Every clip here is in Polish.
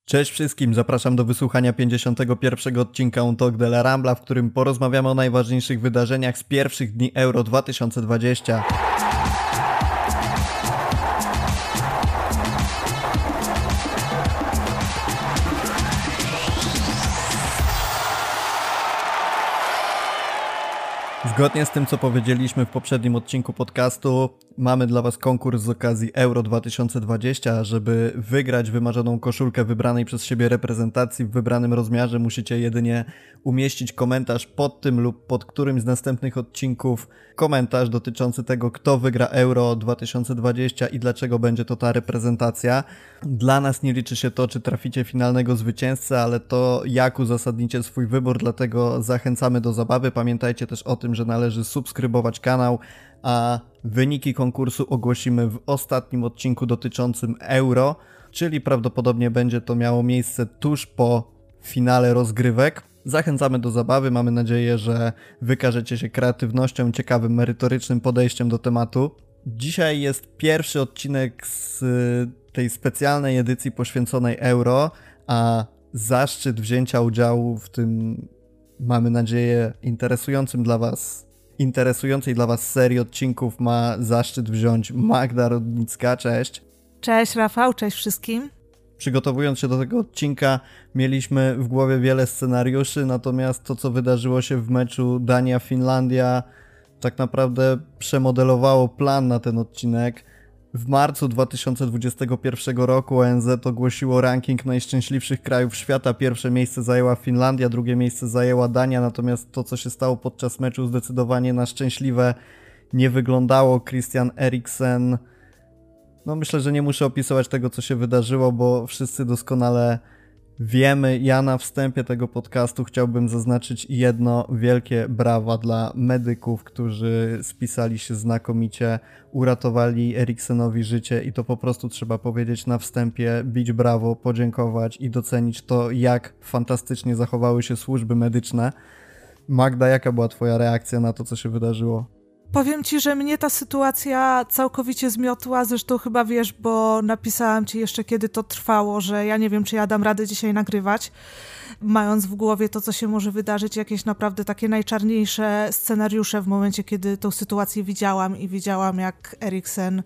Cześć wszystkim, zapraszam do wysłuchania 51. odcinka Un Talk de la Rambla, w którym porozmawiamy o najważniejszych wydarzeniach z pierwszych dni Euro 2020. Zgodnie z tym, co powiedzieliśmy w poprzednim odcinku podcastu, mamy dla Was konkurs z okazji Euro 2020. Żeby wygrać wymarzoną koszulkę wybranej przez siebie reprezentacji w wybranym rozmiarze, musicie jedynie umieścić komentarz pod tym lub pod którymś z następnych odcinków. Komentarz dotyczący tego, kto wygra Euro 2020 i dlaczego będzie to ta reprezentacja. Dla nas nie liczy się to, czy traficie finalnego zwycięzcę, ale to, jak uzasadnicie swój wybór, dlatego zachęcamy do zabawy. Pamiętajcie też o tym, że należy subskrybować kanał, a wyniki konkursu ogłosimy w ostatnim odcinku dotyczącym Euro, czyli prawdopodobnie będzie to miało miejsce tuż po finale rozgrywek. Zachęcamy do zabawy, mamy nadzieję, że wykażecie się kreatywnością, ciekawym, merytorycznym podejściem do tematu. Dzisiaj jest pierwszy odcinek z tej specjalnej edycji poświęconej Euro, a zaszczyt wzięcia udziału w tym, mamy nadzieję, interesującej dla Was serii odcinków ma zaszczyt wziąć Magda Rodnicka. Cześć. Cześć Rafał, cześć wszystkim. Przygotowując się do tego odcinka, mieliśmy w głowie wiele scenariuszy, natomiast to, co wydarzyło się w meczu Dania-Finlandia, tak naprawdę przemodelowało plan na ten odcinek. W marcu 2021 roku ONZ ogłosiło ranking najszczęśliwszych krajów świata. Pierwsze miejsce zajęła Finlandia, drugie miejsce zajęła Dania, natomiast to, co się stało podczas meczu, zdecydowanie na szczęśliwe nie wyglądało. Christian Eriksen, myślę, że nie muszę opisywać tego, co się wydarzyło, bo wszyscy doskonale wiemy. Ja na wstępie tego podcastu chciałbym zaznaczyć jedno wielkie brawa dla medyków, którzy spisali się znakomicie, uratowali Eriksenowi życie i to po prostu trzeba powiedzieć na wstępie, bić brawo, podziękować i docenić to, jak fantastycznie zachowały się służby medyczne. Magda, jaka była Twoja reakcja na to, co się wydarzyło? Powiem Ci, że mnie ta sytuacja całkowicie zmiotła, zresztą chyba wiesz, bo napisałam Ci jeszcze, kiedy to trwało, że ja nie wiem, czy ja dam radę dzisiaj nagrywać, mając w głowie to, co się może wydarzyć, jakieś naprawdę takie najczarniejsze scenariusze w momencie, kiedy tą sytuację widziałam i widziałam, jak Eriksen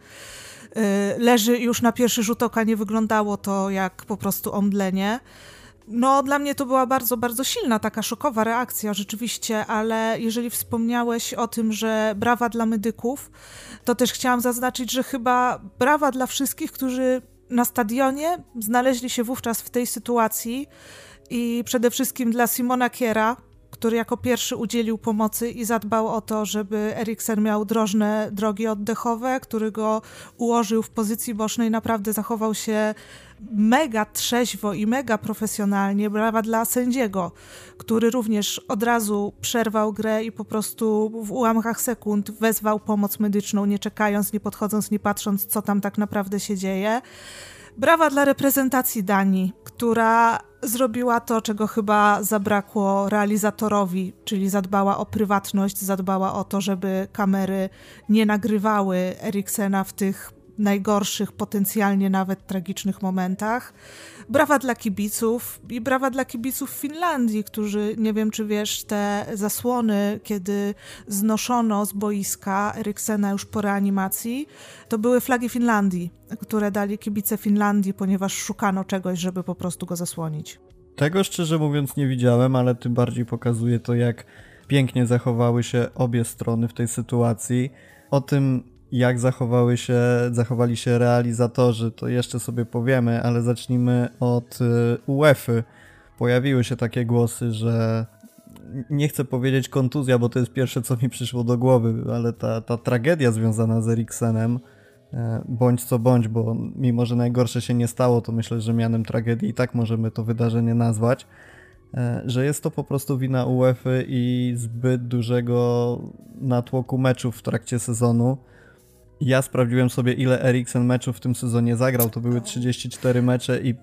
leży już na pierwszy rzut oka, nie wyglądało to jak po prostu omdlenie. Dla mnie to była bardzo, bardzo silna, taka szokowa reakcja rzeczywiście, ale jeżeli wspomniałeś o tym, że brawa dla medyków, to też chciałam zaznaczyć, że chyba brawa dla wszystkich, którzy na stadionie znaleźli się wówczas w tej sytuacji i przede wszystkim dla Simona Kjæra, który jako pierwszy udzielił pomocy i zadbał o to, żeby Eriksen miał drożne drogi oddechowe, który go ułożył w pozycji bocznej, naprawdę zachował się mega trzeźwo i mega profesjonalnie. Brawa dla sędziego, który również od razu przerwał grę i po prostu w ułamkach sekund wezwał pomoc medyczną, nie czekając, nie podchodząc, nie patrząc, co tam tak naprawdę się dzieje. Brawa dla reprezentacji Danii, która zrobiła to, czego chyba zabrakło realizatorowi, czyli zadbała o prywatność, zadbała o to, żeby kamery nie nagrywały Eriksena w tych najgorszych, potencjalnie nawet tragicznych momentach. Brawa dla kibiców i brawa dla kibiców Finlandii, którzy, nie wiem czy wiesz, te zasłony, kiedy znoszono z boiska Eriksena już po reanimacji, to były flagi Finlandii, które dali kibice Finlandii, ponieważ szukano czegoś, żeby po prostu go zasłonić. Tego szczerze mówiąc nie widziałem, ale tym bardziej pokazuje to, jak pięknie zachowały się obie strony w tej sytuacji. O tym, jak zachowali się realizatorzy, to jeszcze sobie powiemy, ale zacznijmy od UEFA. Pojawiły się takie głosy, że nie chcę powiedzieć kontuzja, bo to jest pierwsze, co mi przyszło do głowy, ale ta tragedia związana z Eriksenem, bądź co bądź, bo mimo, że najgorsze się nie stało, to myślę, że mianem tragedii i tak możemy to wydarzenie nazwać, że jest to po prostu wina UEFA i zbyt dużego natłoku meczów w trakcie sezonu. Ja sprawdziłem sobie, ile Eriksen meczów w tym sezonie zagrał. To były 34 mecze i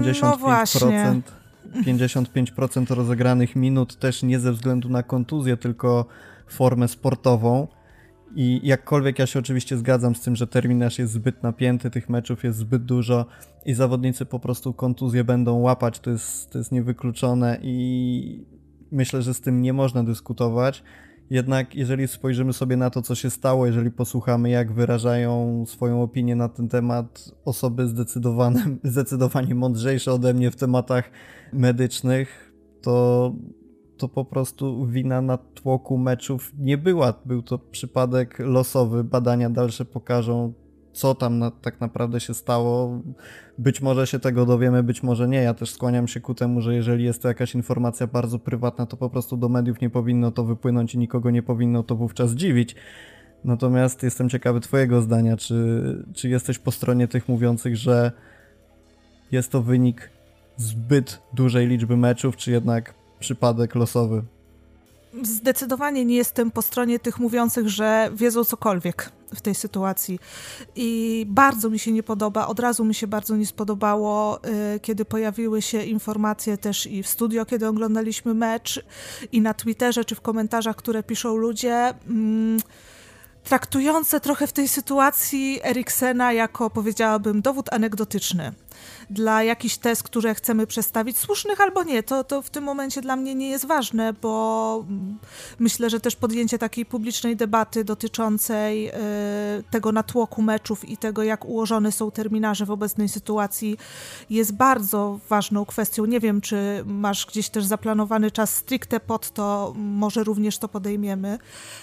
55% rozegranych minut, też nie ze względu na kontuzję, tylko formę sportową. I jakkolwiek ja się oczywiście zgadzam z tym, że terminarz jest zbyt napięty, tych meczów jest zbyt dużo i zawodnicy po prostu kontuzje będą łapać, to jest niewykluczone i myślę, że z tym nie można dyskutować. Jednak jeżeli spojrzymy sobie na to, co się stało, jeżeli posłuchamy, jak wyrażają swoją opinię na ten temat osoby zdecydowanie mądrzejsze ode mnie w tematach medycznych, to po prostu wina natłoku meczów nie była. Był to przypadek losowy. Badania dalsze pokażą, co tam tak naprawdę się stało. Być może się tego dowiemy, być może nie. Ja też skłaniam się ku temu, że jeżeli jest to jakaś informacja bardzo prywatna, to po prostu do mediów nie powinno to wypłynąć i nikogo nie powinno to wówczas dziwić. Natomiast jestem ciekawy twojego zdania. Czy jesteś po stronie tych mówiących, że jest to wynik zbyt dużej liczby meczów, czy jednak przypadek losowy? Zdecydowanie nie jestem po stronie tych mówiących, że wiedzą cokolwiek w tej sytuacji. I bardzo mi się nie podoba, od razu mi się bardzo nie spodobało, kiedy pojawiły się informacje też i w studio, kiedy oglądaliśmy mecz, i na Twitterze, czy w komentarzach, które piszą ludzie, traktujące trochę w tej sytuacji Eriksena jako, powiedziałabym, dowód anegdotyczny dla jakichś tez, które chcemy przedstawić, słusznych albo nie, to w tym momencie dla mnie nie jest ważne, bo myślę, że też podjęcie takiej publicznej debaty dotyczącej tego natłoku meczów i tego, jak ułożone są terminarze w obecnej sytuacji, jest bardzo ważną kwestią. Nie wiem, czy masz gdzieś też zaplanowany czas stricte pod to, może również to podejmiemy.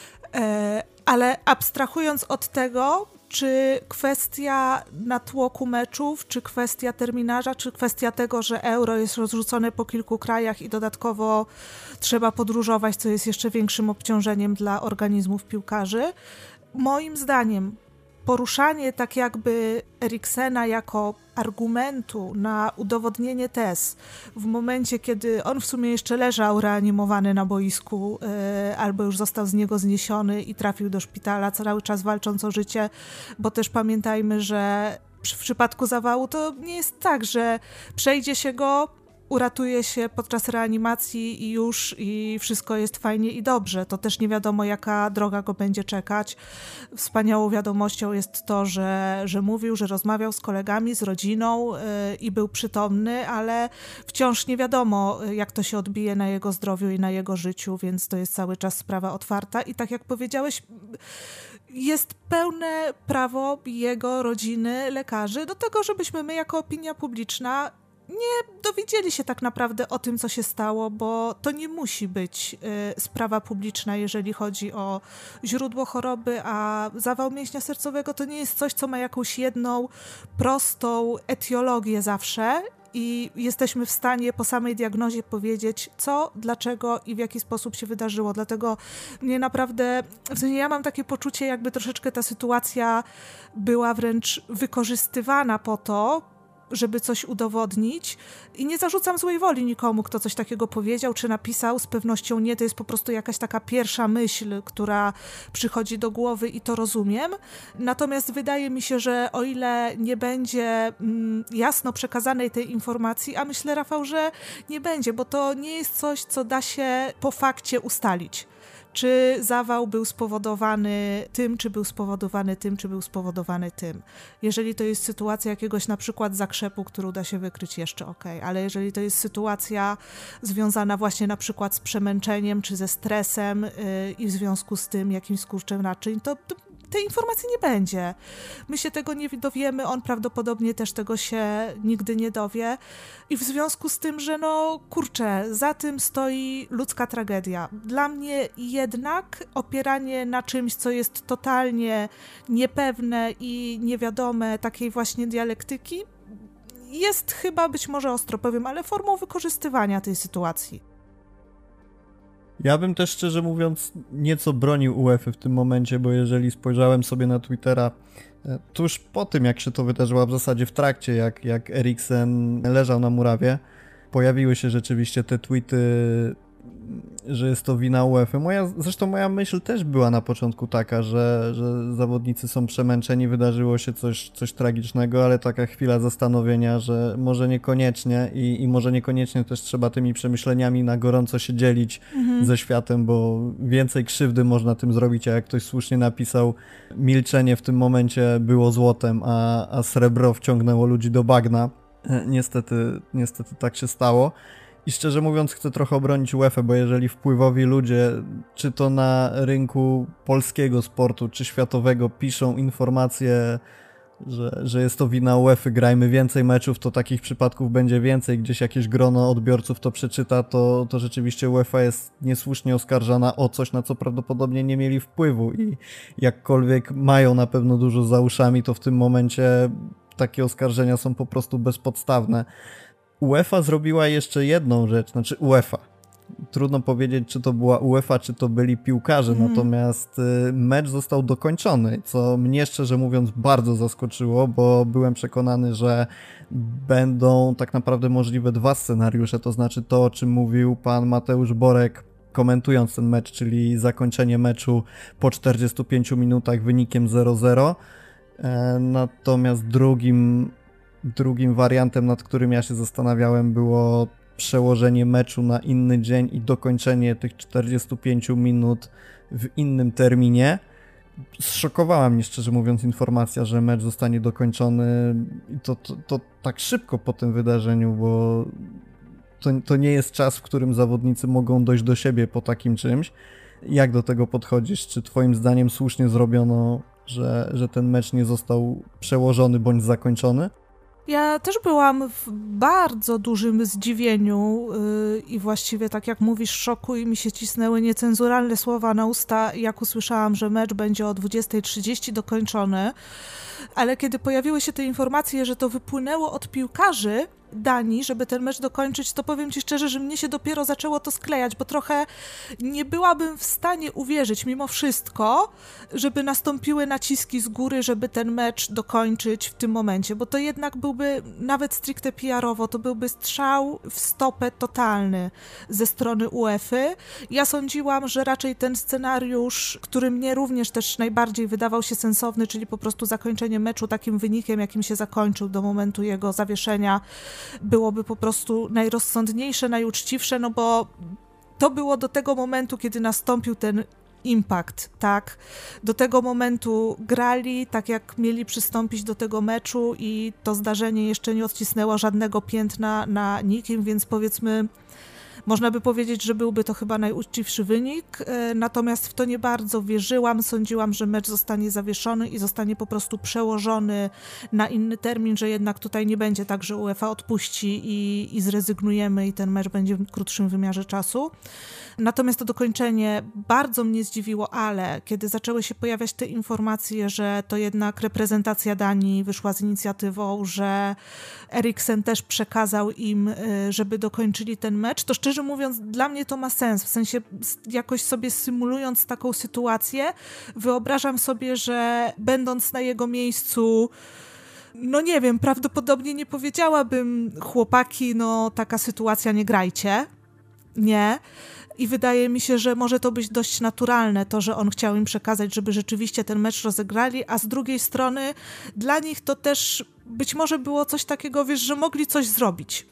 Ale abstrahując od tego, czy kwestia natłoku meczów, czy kwestia terminarza, czy kwestia tego, że euro jest rozrzucone po kilku krajach i dodatkowo trzeba podróżować, co jest jeszcze większym obciążeniem dla organizmów piłkarzy, moim zdaniem poruszanie tak jakby Eriksena jako argumentu na udowodnienie tez w momencie, kiedy on w sumie jeszcze leżał reanimowany na boisku albo już został z niego zniesiony i trafił do szpitala, cały czas walcząc o życie, bo też pamiętajmy, że w przypadku zawału to nie jest tak, że przejdzie się go, uratuje się podczas reanimacji i wszystko jest fajnie i dobrze. To też nie wiadomo, jaka droga go będzie czekać. Wspaniałą wiadomością jest to, że mówił, że rozmawiał z kolegami, z rodziną i był przytomny, ale wciąż nie wiadomo, jak to się odbije na jego zdrowiu i na jego życiu, więc to jest cały czas sprawa otwarta. I tak jak powiedziałeś, jest pełne prawo jego rodziny, lekarzy do tego, żebyśmy my jako opinia publiczna nie dowiedzieli się tak naprawdę o tym, co się stało, bo to nie musi być sprawa publiczna, jeżeli chodzi o źródło choroby, a zawał mięśnia sercowego to nie jest coś, co ma jakąś jedną, prostą etiologię zawsze i jesteśmy w stanie po samej diagnozie powiedzieć, co, dlaczego i w jaki sposób się wydarzyło. Dlatego mnie naprawdę, w sensie ja mam takie poczucie, jakby troszeczkę ta sytuacja była wręcz wykorzystywana po to, żeby coś udowodnić i nie zarzucam złej woli nikomu, kto coś takiego powiedział czy napisał, z pewnością nie, to jest po prostu jakaś taka pierwsza myśl, która przychodzi do głowy i to rozumiem. Natomiast wydaje mi się, że o ile nie będzie jasno przekazanej tej informacji, a myślę, Rafał, że nie będzie, bo to nie jest coś, co da się po fakcie ustalić. Czy zawał był spowodowany tym, czy był spowodowany tym, czy był spowodowany tym. Jeżeli to jest sytuacja jakiegoś na przykład zakrzepu, który da się wykryć, jeszcze okej, ale jeżeli to jest sytuacja związana właśnie na przykład z przemęczeniem, czy ze stresem i w związku z tym jakimś skurczem naczyń, to tej informacji nie będzie. My się tego nie dowiemy, on prawdopodobnie też tego się nigdy nie dowie. I w związku z tym, że za tym stoi ludzka tragedia. Dla mnie jednak opieranie na czymś, co jest totalnie niepewne i niewiadome, takiej właśnie dialektyki, jest chyba, być może ostro powiem, ale formą wykorzystywania tej sytuacji. Ja bym też, szczerze mówiąc, nieco bronił UEFA w tym momencie, bo jeżeli spojrzałem sobie na Twittera tuż po tym, jak się to wydarzyło, a w zasadzie w trakcie, jak Eriksen leżał na murawie, pojawiły się rzeczywiście te tweety że jest to wina UEFA. Zresztą moja myśl też była na początku taka, że zawodnicy są przemęczeni, wydarzyło się coś tragicznego, ale taka chwila zastanowienia, że może niekoniecznie i może niekoniecznie też trzeba tymi przemyśleniami na gorąco się dzielić ze światem, bo więcej krzywdy można tym zrobić, a jak ktoś słusznie napisał, milczenie w tym momencie było złotem, a srebro wciągnęło ludzi do bagna. Niestety tak się stało. I szczerze mówiąc chcę trochę obronić UEFA, bo jeżeli wpływowi ludzie, czy to na rynku polskiego sportu, czy światowego, piszą informacje, że jest to wina UEFA, grajmy więcej meczów, to takich przypadków będzie więcej, gdzieś jakieś grono odbiorców to przeczyta, to rzeczywiście UEFA jest niesłusznie oskarżana o coś, na co prawdopodobnie nie mieli wpływu i jakkolwiek mają na pewno dużo za uszami, to w tym momencie takie oskarżenia są po prostu bezpodstawne. UEFA zrobiła jeszcze jedną rzecz, znaczy UEFA. Trudno powiedzieć, czy to była UEFA, czy to byli piłkarze, natomiast mecz został dokończony, co mnie szczerze mówiąc bardzo zaskoczyło, bo byłem przekonany, że będą tak naprawdę możliwe dwa scenariusze, to znaczy to, o czym mówił pan Mateusz Borek, komentując ten mecz, czyli zakończenie meczu po 45 minutach wynikiem 0-0, natomiast drugim wariantem, nad którym ja się zastanawiałem, było przełożenie meczu na inny dzień i dokończenie tych 45 minut w innym terminie. Zszokowała mnie, szczerze mówiąc, informacja, że mecz zostanie dokończony i to tak szybko po tym wydarzeniu, bo to nie jest czas, w którym zawodnicy mogą dojść do siebie po takim czymś. Jak do tego podchodzisz? Czy twoim zdaniem słusznie zrobiono, że ten mecz nie został przełożony bądź zakończony? Ja też byłam w bardzo dużym zdziwieniu i właściwie, tak jak mówisz, szoku i mi się cisnęły niecenzuralne słowa na usta, jak usłyszałam, że mecz będzie o 20:30 dokończony, ale kiedy pojawiły się te informacje, że to wypłynęło od piłkarzy Danii, żeby ten mecz dokończyć, to powiem ci szczerze, że mnie się dopiero zaczęło to sklejać, bo trochę nie byłabym w stanie uwierzyć mimo wszystko, żeby nastąpiły naciski z góry, żeby ten mecz dokończyć w tym momencie, bo to jednak byłby, nawet stricte PR-owo, to byłby strzał w stopę totalny ze strony UEFA. Ja sądziłam, że raczej ten scenariusz, który mnie również też najbardziej wydawał się sensowny, czyli po prostu zakończenie meczu takim wynikiem, jakim się zakończył do momentu jego zawieszenia, byłoby po prostu najrozsądniejsze, najuczciwsze, no bo to było do tego momentu, kiedy nastąpił ten impact, tak? Do tego momentu grali, tak jak mieli przystąpić do tego meczu i to zdarzenie jeszcze nie odcisnęło żadnego piętna na nikim, więc powiedzmy, można by powiedzieć, że byłby to chyba najuczciwszy wynik, natomiast w to nie bardzo wierzyłam, sądziłam, że mecz zostanie zawieszony i zostanie po prostu przełożony na inny termin, że jednak tutaj nie będzie tak, że UEFA odpuści i zrezygnujemy i ten mecz będzie w krótszym wymiarze czasu. Natomiast to dokończenie bardzo mnie zdziwiło, ale kiedy zaczęły się pojawiać te informacje, że to jednak reprezentacja Danii wyszła z inicjatywą, że Eriksen też przekazał im, żeby dokończyli ten mecz, to szczerze mówiąc dla mnie to ma sens, w sensie jakoś sobie symulując taką sytuację, wyobrażam sobie, że będąc na jego miejscu, no nie wiem, prawdopodobnie nie powiedziałabym chłopaki, no taka sytuacja, nie grajcie, nie. I wydaje mi się, że może to być dość naturalne, to, że on chciał im przekazać, żeby rzeczywiście ten mecz rozegrali, a z drugiej strony dla nich to też być może było coś takiego, wiesz, że mogli coś zrobić,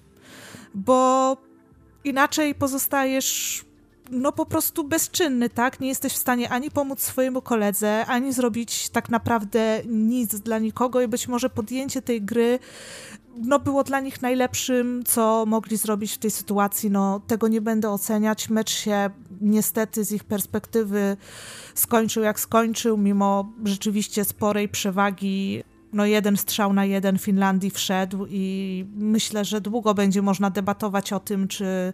bo inaczej pozostajesz no po prostu bezczynny, tak? Nie jesteś w stanie ani pomóc swojemu koledze, ani zrobić tak naprawdę nic dla nikogo i być może podjęcie tej gry no było dla nich najlepszym, co mogli zrobić w tej sytuacji. No tego nie będę oceniać. Mecz się niestety z ich perspektywy skończył jak skończył, mimo rzeczywiście sporej przewagi. No 1 strzał na 1 Finlandii wszedł i myślę, że długo będzie można debatować o tym,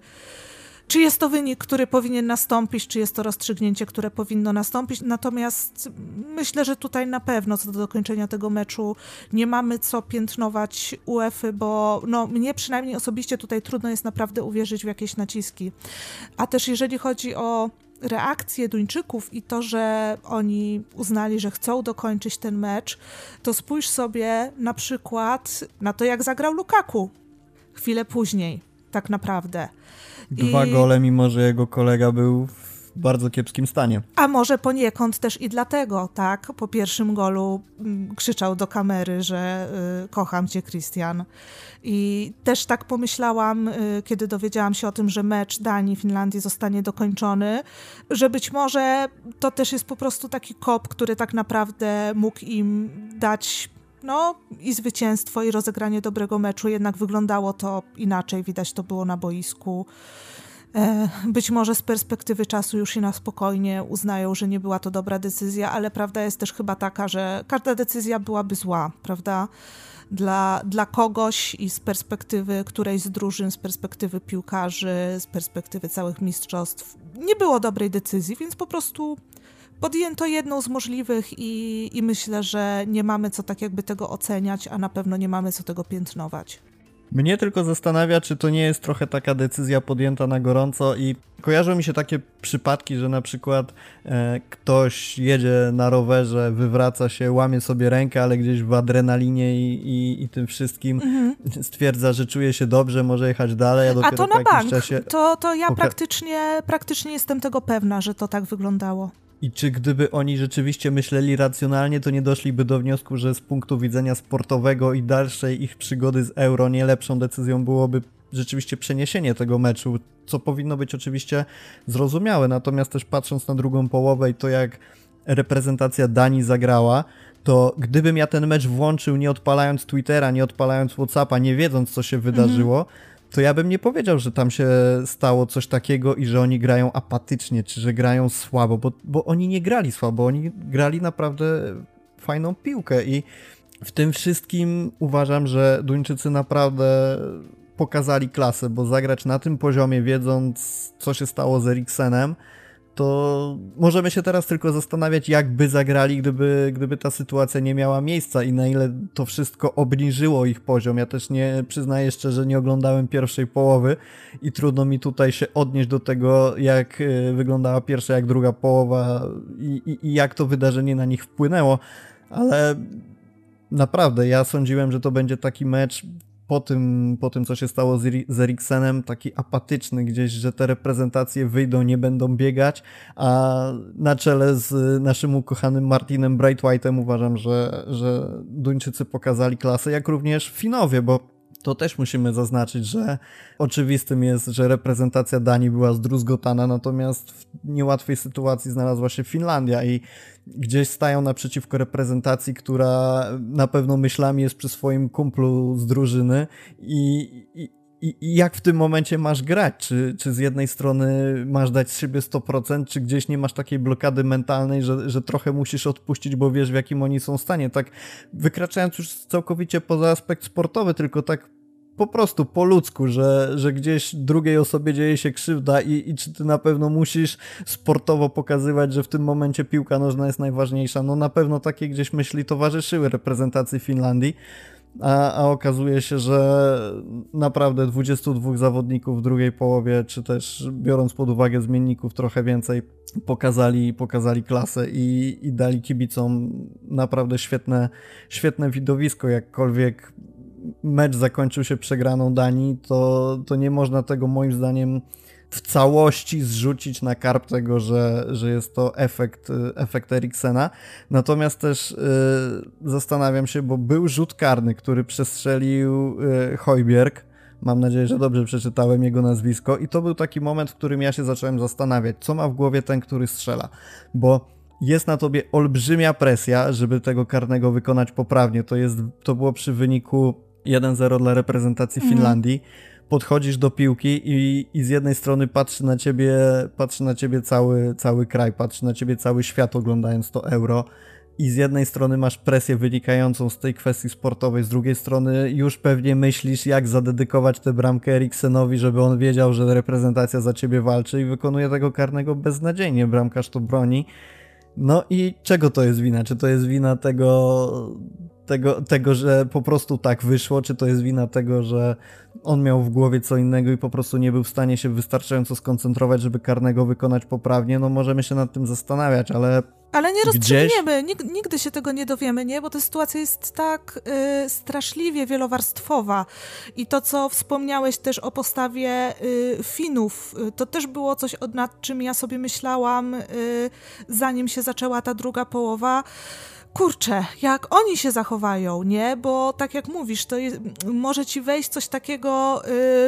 czy jest to wynik, który powinien nastąpić, czy jest to rozstrzygnięcie, które powinno nastąpić. Natomiast myślę, że tutaj na pewno co do dokończenia tego meczu nie mamy co piętnować UEFA, bo no, mnie przynajmniej osobiście tutaj trudno jest naprawdę uwierzyć w jakieś naciski. A też jeżeli chodzi o reakcję Duńczyków i to, że oni uznali, że chcą dokończyć ten mecz, to spójrz sobie na przykład na to, jak zagrał Lukaku chwilę później, tak naprawdę. 2 gole, mimo że jego kolega był w bardzo kiepskim stanie. A może poniekąd też i dlatego, tak? Po pierwszym golu krzyczał do kamery, że kocham cię, Christian. I też tak pomyślałam, kiedy dowiedziałam się o tym, że mecz Danii-Finlandii zostanie dokończony, że być może to też jest po prostu taki kop, który tak naprawdę mógł im dać i zwycięstwo, i rozegranie dobrego meczu. Jednak wyglądało to inaczej, widać to było na boisku. Być może z perspektywy czasu już i na spokojnie uznają, że nie była to dobra decyzja, ale prawda jest też chyba taka, że każda decyzja byłaby zła, prawda? Dla kogoś i z perspektywy którejś z drużyn, z perspektywy piłkarzy, z perspektywy całych mistrzostw nie było dobrej decyzji, więc po prostu podjęto jedną z możliwych i myślę, że nie mamy co tak jakby tego oceniać, a na pewno nie mamy co tego piętnować. Mnie tylko zastanawia, czy to nie jest trochę taka decyzja podjęta na gorąco i kojarzą mi się takie przypadki, że na przykład ktoś jedzie na rowerze, wywraca się, łamie sobie rękę, ale gdzieś w adrenalinie i tym wszystkim stwierdza, że czuje się dobrze, może jechać dalej, a dopiero to po na bank. czasie... To ja praktycznie jestem tego pewna, że to tak wyglądało. I czy gdyby oni rzeczywiście myśleli racjonalnie, to nie doszliby do wniosku, że z punktu widzenia sportowego i dalszej ich przygody z Euro nie lepszą decyzją byłoby rzeczywiście przeniesienie tego meczu, co powinno być oczywiście zrozumiałe. Natomiast też patrząc na drugą połowę i to, jak reprezentacja Danii zagrała, to gdybym ja ten mecz włączył nie odpalając Twittera, nie odpalając WhatsAppa, nie wiedząc, co się wydarzyło, to ja bym nie powiedział, że tam się stało coś takiego i że oni grają apatycznie, czy że grają słabo, bo oni nie grali słabo, oni grali naprawdę fajną piłkę i w tym wszystkim uważam, że Duńczycy naprawdę pokazali klasę, bo zagrać na tym poziomie, wiedząc, co się stało z Eriksenem, to możemy się teraz tylko zastanawiać, jakby zagrali, gdyby ta sytuacja nie miała miejsca i na ile to wszystko obniżyło ich poziom. Ja też nie przyznaję szczerze, nie oglądałem pierwszej połowy i trudno mi tutaj się odnieść do tego, jak wyglądała pierwsza, jak druga połowa i jak to wydarzenie na nich wpłynęło, ale naprawdę ja sądziłem, że to będzie taki mecz po tym, co się stało z Eriksenem, taki apatyczny gdzieś, że te reprezentacje wyjdą, nie będą biegać, a na czele z naszym ukochanym Martinem Braithwaite'em uważam, że Duńczycy pokazali klasę, jak również Finowie, bo to też musimy zaznaczyć, że oczywistym jest, że reprezentacja Danii była zdruzgotana, natomiast w niełatwej sytuacji znalazła się Finlandia i gdzieś stają naprzeciwko reprezentacji, która na pewno myślami jest przy swoim kumplu z drużyny i jak w tym momencie masz grać? Czy z jednej strony masz dać z siebie 100%, czy gdzieś nie masz takiej blokady mentalnej, że trochę musisz odpuścić, bo wiesz, w jakim oni są stanie. Tak wykraczając już całkowicie poza aspekt sportowy, tylko tak po prostu po ludzku, że gdzieś drugiej osobie dzieje się krzywda i czy ty na pewno musisz sportowo pokazywać, że w tym momencie piłka nożna jest najważniejsza. No na pewno takie gdzieś myśli towarzyszyły reprezentacji Finlandii. A okazuje się, że naprawdę 22 zawodników w drugiej połowie, czy też biorąc pod uwagę zmienników trochę więcej, pokazali klasę i dali kibicom naprawdę świetne widowisko. Jakkolwiek mecz zakończył się przegraną Danii, to nie można tego moim zdaniem w całości zrzucić na karb tego, że jest to efekt Eriksena. Natomiast też zastanawiam się, bo był rzut karny, który przestrzelił Højbjerg. Mam nadzieję, że dobrze przeczytałem jego nazwisko i to był taki moment, w którym ja się zacząłem zastanawiać, co ma w głowie ten, który strzela, bo jest na tobie olbrzymia presja, żeby tego karnego wykonać poprawnie. To było przy wyniku 1-0 dla reprezentacji Finlandii. Podchodzisz do piłki i z jednej strony patrzy na ciebie cały kraj, patrzy na ciebie cały świat oglądając to Euro i z jednej strony masz presję wynikającą z tej kwestii sportowej, z drugiej strony już pewnie myślisz, jak zadedykować tę bramkę Eriksenowi, żeby on wiedział, że reprezentacja za ciebie walczy i wykonuje tego karnego beznadziejnie, bramkarz to broni. No i czego to jest wina? Czy to jest wina tego, że po prostu tak wyszło, czy to jest wina tego, że on miał w głowie co innego i po prostu nie był w stanie się wystarczająco skoncentrować, żeby karnego wykonać poprawnie? No możemy się nad tym zastanawiać, ale Ale nie rozstrzygniemy, nigdy się tego nie dowiemy, nie? Bo ta sytuacja jest tak straszliwie wielowarstwowa. I to, co wspomniałeś też o postawie Finów, to też było coś, nad czym ja sobie myślałam, zanim się zaczęła ta druga połowa. Kurczę, jak oni się zachowają, nie? Bo tak jak mówisz, to może ci wejść coś takiego...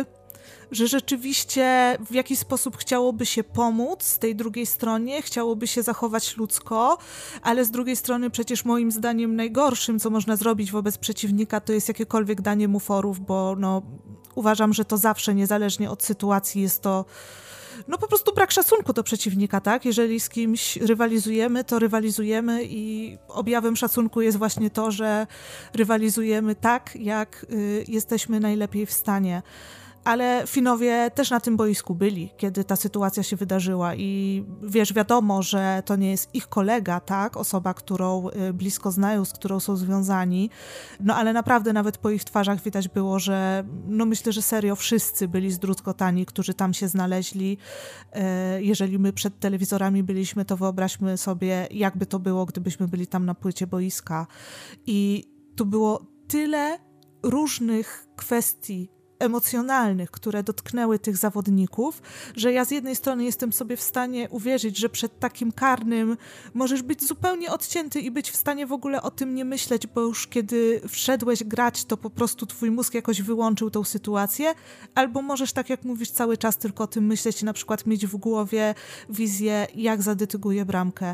że rzeczywiście w jakiś sposób chciałoby się pomóc tej drugiej stronie, chciałoby się zachować ludzko, ale z drugiej strony przecież moim zdaniem najgorszym, co można zrobić wobec przeciwnika, to jest jakiekolwiek danie mu forów, bo uważam, że to zawsze, niezależnie od sytuacji, jest to po prostu brak szacunku do przeciwnika, tak? Jeżeli z kimś rywalizujemy, to rywalizujemy i objawem szacunku jest właśnie to, że rywalizujemy tak, jak jesteśmy najlepiej w stanie. Ale Finowie też na tym boisku byli, kiedy ta sytuacja się wydarzyła i wiadomo, że to nie jest ich kolega, tak? Osoba, którą blisko znają, z którą są związani, ale naprawdę nawet po ich twarzach widać było, że myślę, że serio wszyscy byli zdruzgotani, którzy tam się znaleźli. Jeżeli my przed telewizorami byliśmy, to wyobraźmy sobie, jakby to było, gdybyśmy byli tam na płycie boiska. I tu było tyle różnych kwestii emocjonalnych, które dotknęły tych zawodników, że ja z jednej strony jestem sobie w stanie uwierzyć, że przed takim karnym możesz być zupełnie odcięty i być w stanie w ogóle o tym nie myśleć, bo już kiedy wszedłeś grać, to po prostu twój mózg jakoś wyłączył tą sytuację, albo możesz, tak jak mówisz, cały czas tylko o tym myśleć i na przykład mieć w głowie wizję, jak zadetyguje bramkę.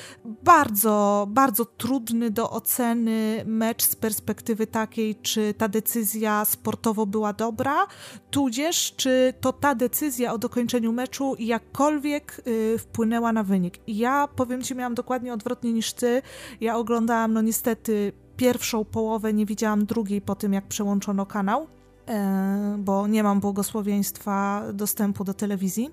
Bardzo, bardzo trudny do oceny mecz z perspektywy takiej, czy ta decyzja sportowo była dobra, tudzież czy to ta decyzja o dokończeniu meczu jakkolwiek wpłynęła na wynik. I ja, powiem ci, miałam dokładnie odwrotnie niż ty. Ja oglądałam, niestety, pierwszą połowę, nie widziałam drugiej po tym, jak przełączono kanał, bo nie mam błogosławieństwa dostępu do telewizji,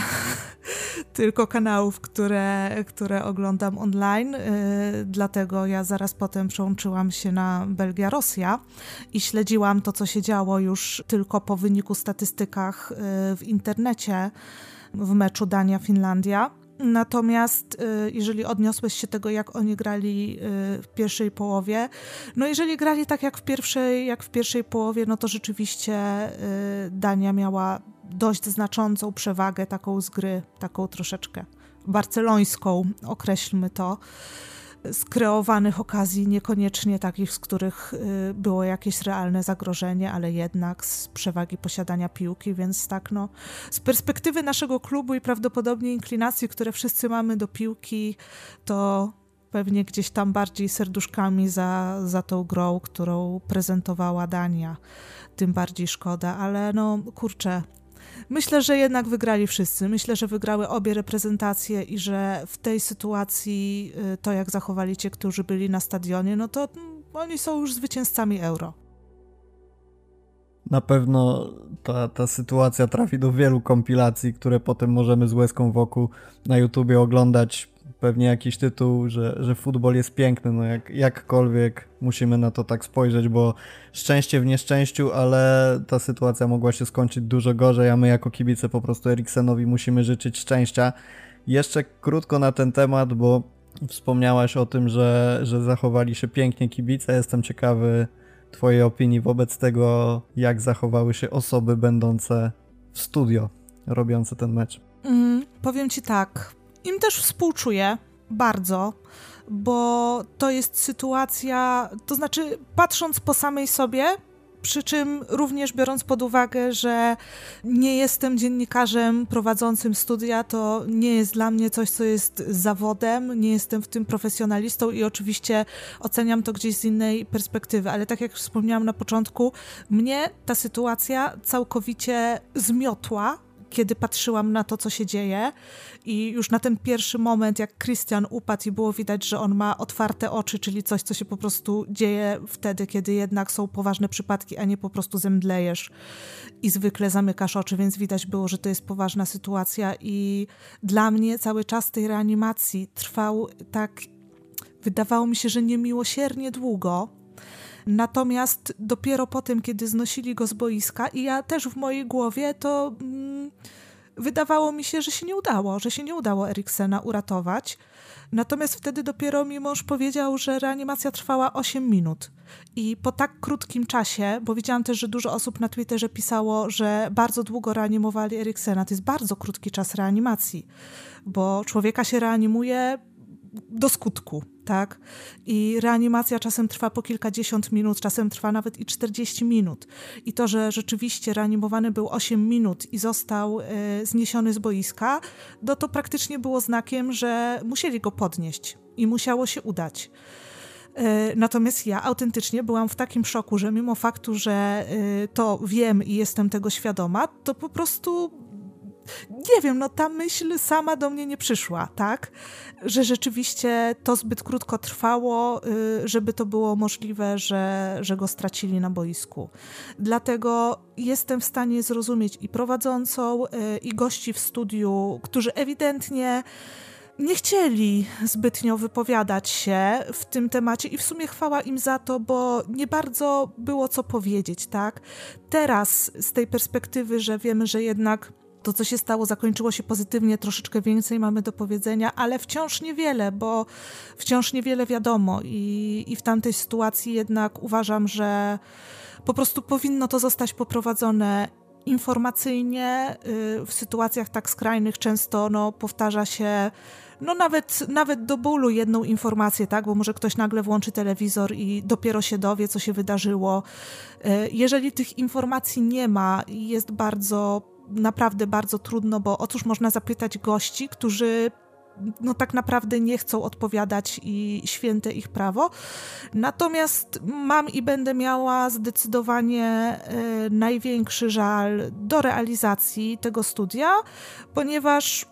tylko kanałów, które oglądam online, dlatego ja zaraz potem przełączyłam się na Belgia-Rosja i śledziłam to, co się działo już tylko po wyniku statystykach w internecie w meczu Dania-Finlandia. Natomiast jeżeli odniosłeś się tego, jak oni grali w pierwszej połowie, jeżeli grali tak jak w pierwszej połowie, to rzeczywiście Dania miała dość znaczącą przewagę taką z gry, taką troszeczkę barcelońską, określmy to, z kreowanych okazji, niekoniecznie takich, z których było jakieś realne zagrożenie, ale jednak z przewagi posiadania piłki, więc tak, z perspektywy naszego klubu i prawdopodobnie inklinacji, które wszyscy mamy do piłki, to pewnie gdzieś tam bardziej serduszkami za tą grą, którą prezentowała Dania. Tym bardziej szkoda, ale kurczę, myślę, że jednak wygrali wszyscy. Myślę, że wygrały obie reprezentacje i że w tej sytuacji to, jak zachowali ci, którzy byli na stadionie, to oni są już zwycięzcami Euro. Na pewno ta sytuacja trafi do wielu kompilacji, które potem możemy z łezką wokół na YouTubie oglądać. Pewnie jakiś tytuł, że futbol jest piękny, jakkolwiek musimy na to tak spojrzeć, bo szczęście w nieszczęściu, ale ta sytuacja mogła się skończyć dużo gorzej, a my jako kibice po prostu Eriksenowi musimy życzyć szczęścia. Jeszcze krótko na ten temat, bo wspomniałaś o tym, że zachowali się pięknie kibice. Jestem ciekawy twojej opinii wobec tego, jak zachowały się osoby będące w studio, robiące ten mecz. Powiem ci tak, im też współczuję bardzo, bo to jest sytuacja, to znaczy patrząc po samej sobie, przy czym również biorąc pod uwagę, że nie jestem dziennikarzem prowadzącym studia, to nie jest dla mnie coś, co jest zawodem, nie jestem w tym profesjonalistą i oczywiście oceniam to gdzieś z innej perspektywy, ale tak jak wspomniałam na początku, mnie ta sytuacja całkowicie zmiotła, kiedy patrzyłam na to, co się dzieje i już na ten pierwszy moment, jak Christian upadł i było widać, że on ma otwarte oczy, czyli coś, co się po prostu dzieje wtedy, kiedy jednak są poważne przypadki, a nie po prostu zemdlejesz i zwykle zamykasz oczy, więc widać było, że to jest poważna sytuacja i dla mnie cały czas tej reanimacji trwał tak, wydawało mi się, że niemiłosiernie długo. Natomiast dopiero potem, kiedy znosili go z boiska i ja też w mojej głowie to wydawało mi się, że się nie udało Eriksena uratować. Natomiast wtedy dopiero mi mąż powiedział, że reanimacja trwała 8 minut. I po tak krótkim czasie, bo widziałam też, że dużo osób na Twitterze pisało, że bardzo długo reanimowali Eriksena. To jest bardzo krótki czas reanimacji, bo człowieka się reanimuje do skutku, tak? I reanimacja czasem trwa po kilkadziesiąt minut, czasem trwa nawet i 40 minut. I to, że rzeczywiście reanimowany był 8 minut i został zniesiony z boiska, no to praktycznie było znakiem, że musieli go podnieść i musiało się udać. Natomiast ja autentycznie byłam w takim szoku, że mimo faktu, że to wiem i jestem tego świadoma, to po prostu nie wiem, no ta myśl sama do mnie nie przyszła, tak? Że rzeczywiście to zbyt krótko trwało, żeby to było możliwe, że go stracili na boisku. Dlatego jestem w stanie zrozumieć i prowadzącą, i gości w studiu, którzy ewidentnie nie chcieli zbytnio wypowiadać się w tym temacie i w sumie chwała im za to, bo nie bardzo było co powiedzieć, tak? Teraz z tej perspektywy, że wiemy, że jednak to, co się stało, zakończyło się pozytywnie, troszeczkę więcej mamy do powiedzenia, ale wciąż niewiele, bo wciąż niewiele wiadomo i w tamtej sytuacji jednak uważam, że po prostu powinno to zostać poprowadzone informacyjnie. W sytuacjach tak skrajnych często powtarza się nawet do bólu jedną informację, tak? Bo może ktoś nagle włączy telewizor i dopiero się dowie, co się wydarzyło. Jeżeli tych informacji nie ma, jest naprawdę bardzo trudno, bo otóż można zapytać gości, którzy tak naprawdę nie chcą odpowiadać i święte ich prawo. Natomiast mam i będę miała zdecydowanie największy żal do realizacji tego studia, ponieważ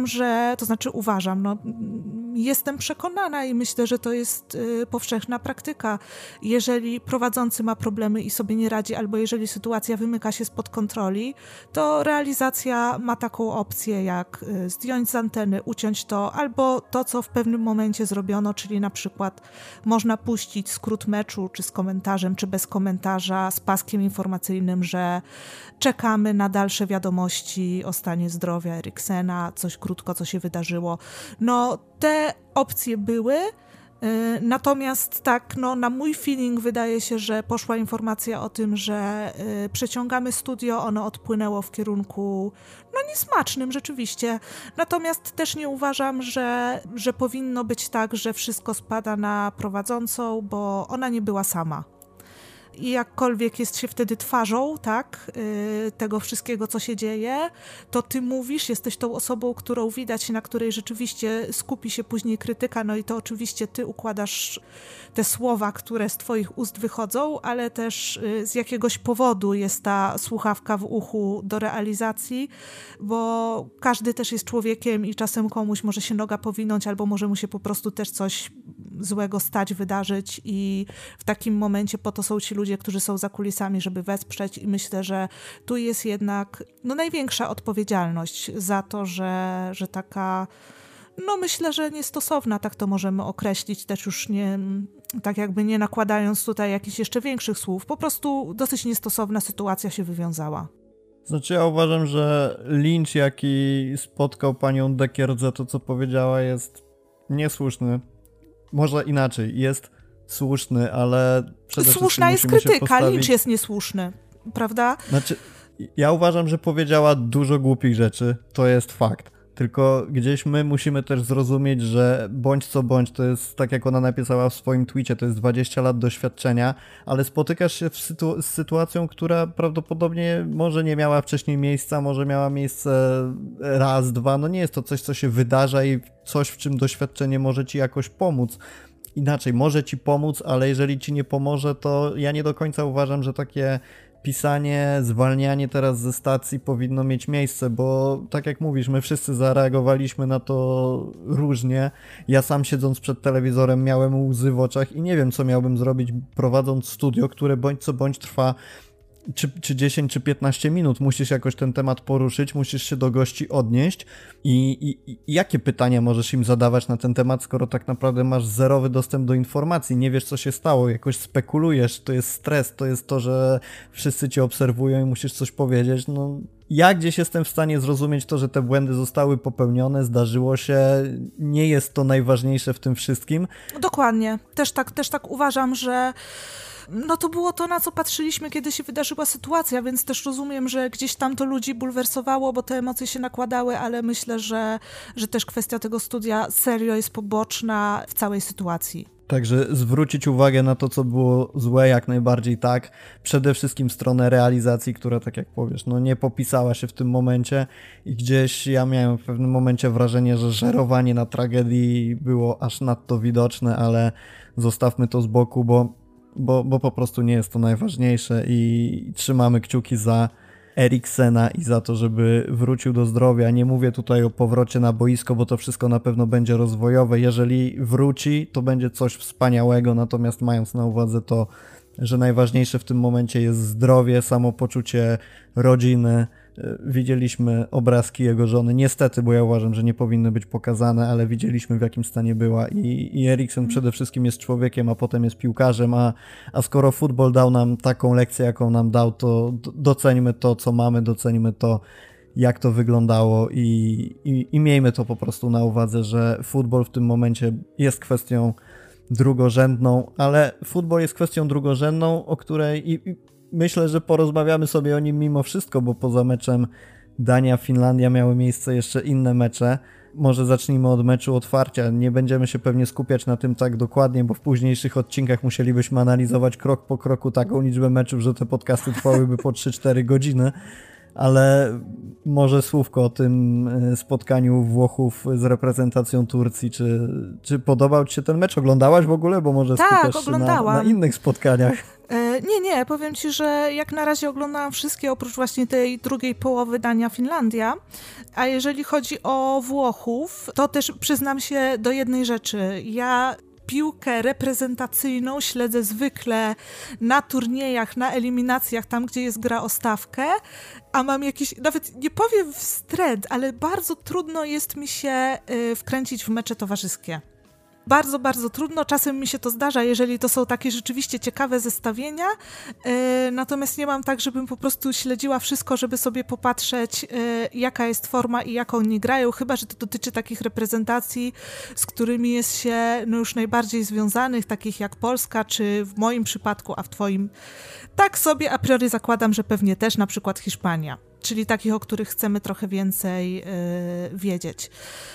jestem przekonana i myślę, że to jest powszechna praktyka. Jeżeli prowadzący ma problemy i sobie nie radzi, albo jeżeli sytuacja wymyka się spod kontroli, to realizacja ma taką opcję, jak zdjąć z anteny, uciąć to, albo to, co w pewnym momencie zrobiono, czyli na przykład można puścić skrót meczu, czy z komentarzem, czy bez komentarza, z paskiem informacyjnym, że czekamy na dalsze wiadomości o stanie zdrowia Eriksena, coś krótko, co się wydarzyło. Te opcje były, natomiast tak, na mój feeling wydaje się, że poszła informacja o tym, że przeciągamy studio, ono odpłynęło w kierunku niesmacznym rzeczywiście, natomiast też nie uważam, że powinno być tak, że wszystko spada na prowadzącą, bo ona nie była sama. I jakkolwiek jest się wtedy twarzą, tak, tego wszystkiego, co się dzieje, to ty mówisz, jesteś tą osobą, którą widać, na której rzeczywiście skupi się później krytyka, i to oczywiście ty układasz te słowa, które z twoich ust wychodzą, ale też z jakiegoś powodu jest ta słuchawka w uchu do realizacji, bo każdy też jest człowiekiem i czasem komuś może się noga powinąć, albo może mu się po prostu też coś złego stać, wydarzyć i w takim momencie po to są ci ludzie, którzy są za kulisami, żeby wesprzeć i myślę, że tu jest jednak największa odpowiedzialność za to, że taka, myślę, że niestosowna, tak to możemy określić, też już nie, tak jakby nie nakładając tutaj jakichś jeszcze większych słów, po prostu dosyć niestosowna sytuacja się wywiązała. Znaczy ja uważam, że lincz, jaki spotkał panią Dekier za to, co powiedziała, jest niesłuszny. Może inaczej, jest słuszny, ale przede wszystkim słuszna jest musimy krytyka, się postawić... lincz jest niesłuszny, prawda? Znaczy, ja uważam, że powiedziała dużo głupich rzeczy, to jest fakt. Tylko gdzieś my musimy też zrozumieć, że bądź co bądź, to jest tak jak ona napisała w swoim tweetie, to jest 20 lat doświadczenia, ale spotykasz się z sytuacją, która prawdopodobnie może nie miała wcześniej miejsca, może miała miejsce raz, dwa, nie jest to coś, co się wydarza i coś, w czym doświadczenie może ci jakoś pomóc. Inaczej, może ci pomóc, ale jeżeli ci nie pomoże, to ja nie do końca uważam, że takie pisanie, zwalnianie teraz ze stacji powinno mieć miejsce, bo tak jak mówisz, my wszyscy zareagowaliśmy na to różnie. Ja sam siedząc przed telewizorem miałem łzy w oczach i nie wiem, co miałbym zrobić prowadząc studio, które bądź co bądź trwa czy 10, czy 15 minut. Musisz jakoś ten temat poruszyć, musisz się do gości odnieść i jakie pytania możesz im zadawać na ten temat, skoro tak naprawdę masz zerowy dostęp do informacji, nie wiesz co się stało, jakoś spekulujesz, to jest stres, to jest to, że wszyscy cię obserwują i musisz coś powiedzieć, no ja gdzieś jestem w stanie zrozumieć to, że te błędy zostały popełnione, zdarzyło się, nie jest to najważniejsze w tym wszystkim. Dokładnie, też tak uważam, że no to było to, na co patrzyliśmy, kiedy się wydarzyła sytuacja, więc też rozumiem, że gdzieś tam to ludzi bulwersowało, bo te emocje się nakładały, ale myślę, że też kwestia tego studia serio jest poboczna w całej sytuacji. Także zwrócić uwagę na to, co było złe, jak najbardziej tak. Przede wszystkim stronę realizacji, która, tak jak powiesz, no nie popisała się w tym momencie i gdzieś ja miałem w pewnym momencie wrażenie, że żerowanie na tragedii było aż nadto widoczne, ale zostawmy to z boku, bo po prostu nie jest to najważniejsze i trzymamy kciuki za Eriksena i za to, żeby wrócił do zdrowia. Nie mówię tutaj o powrocie na boisko, bo to wszystko na pewno będzie rozwojowe. Jeżeli wróci, to będzie coś wspaniałego, natomiast mając na uwadze to, że najważniejsze w tym momencie jest zdrowie, samopoczucie rodziny. Widzieliśmy obrazki jego żony, niestety, bo ja uważam, że nie powinny być pokazane, ale widzieliśmy w jakim stanie była i Eriksen przede wszystkim jest człowiekiem, a potem jest piłkarzem, a skoro futbol dał nam taką lekcję, jaką nam dał, to doceńmy to, co mamy, doceńmy to, jak to wyglądało i miejmy to po prostu na uwadze, że futbol w tym momencie jest kwestią drugorzędną, ale futbol jest kwestią drugorzędną, o której myślę, że porozmawiamy sobie o nim mimo wszystko, bo poza meczem Dania-Finlandia miały miejsce jeszcze inne mecze. Może zacznijmy od meczu otwarcia. Nie będziemy się pewnie skupiać na tym tak dokładnie, bo w późniejszych odcinkach musielibyśmy analizować krok po kroku taką liczbę meczów, że te podcasty trwałyby po 3-4 godziny. Ale może słówko o tym spotkaniu Włochów z reprezentacją Turcji. Czy podobał ci się ten mecz? Oglądałaś w ogóle? Bo może skupiasz się na innych spotkaniach. Nie, powiem ci, że jak na razie oglądałam wszystkie, oprócz właśnie tej drugiej połowy Dania-Finlandia. A jeżeli chodzi o Włochów, to też przyznam się do jednej rzeczy. Ja piłkę reprezentacyjną śledzę zwykle na turniejach, na eliminacjach, tam gdzie jest gra o stawkę, a mam jakiś, nawet nie powiem wstręt, ale bardzo trudno jest mi się wkręcić w mecze towarzyskie. Bardzo, bardzo trudno. Czasem mi się to zdarza, jeżeli to są takie rzeczywiście ciekawe zestawienia. Natomiast nie mam tak, żebym po prostu śledziła wszystko, żeby sobie popatrzeć, jaka jest forma i jak oni grają, chyba że to dotyczy takich reprezentacji, z którymi jest się już najbardziej związanych, takich jak Polska, czy w moim przypadku, a w twoim tak sobie a priori zakładam, że pewnie też na przykład Hiszpania, czyli takich, o których chcemy trochę więcej wiedzieć.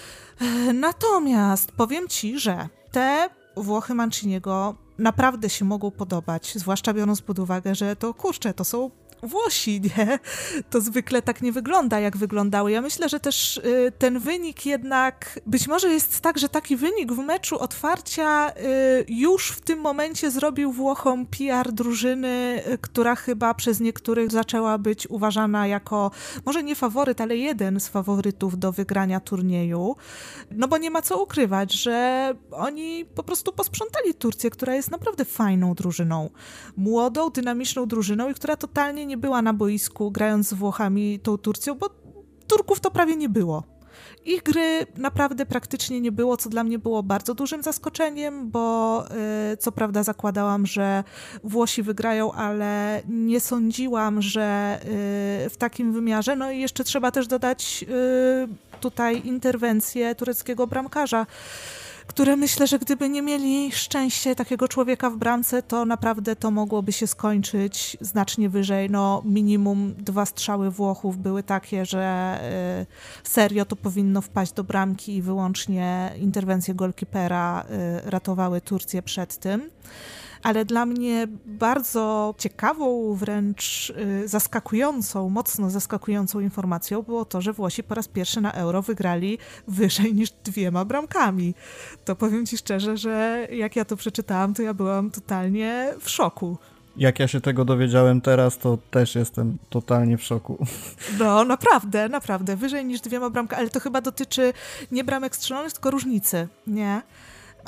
Natomiast powiem ci, że te Włochy Manciniego naprawdę się mogą podobać, zwłaszcza biorąc pod uwagę, że to kurczę, to są Włosi, nie? To zwykle tak nie wygląda, jak wyglądały. Ja myślę, że też ten wynik jednak, być może jest tak, że taki wynik w meczu otwarcia już w tym momencie zrobił Włochom PR drużyny, która chyba przez niektórych zaczęła być uważana jako, może nie faworyt, ale jeden z faworytów do wygrania turnieju. No bo nie ma co ukrywać, że oni po prostu posprzątali Turcję, która jest naprawdę fajną drużyną. Młodą, dynamiczną drużyną i która totalnie nie była na boisku grając z Włochami tą Turcją, bo Turków to prawie nie było. Ich gry naprawdę praktycznie nie było, co dla mnie było bardzo dużym zaskoczeniem, bo co prawda zakładałam, że Włosi wygrają, ale nie sądziłam, że w takim wymiarze. No i jeszcze trzeba też dodać tutaj interwencję tureckiego bramkarza, które myślę, że gdyby nie mieli szczęście takiego człowieka w bramce, to naprawdę to mogłoby się skończyć znacznie wyżej. No minimum 2 strzały Włochów były takie, że serio to powinno wpaść do bramki i wyłącznie interwencje golkipera ratowały Turcję przed tym. Ale dla mnie bardzo ciekawą, wręcz zaskakującą, mocno zaskakującą informacją było to, że Włosi po raz pierwszy na Euro wygrali wyżej niż 2 bramkami. To powiem ci szczerze, że jak ja to przeczytałam, to ja byłam totalnie w szoku. Jak ja się tego dowiedziałem teraz, to też jestem totalnie w szoku. No, naprawdę, wyżej niż 2 bramkami, ale to chyba dotyczy nie bramek strzelonych, tylko różnicy, nie?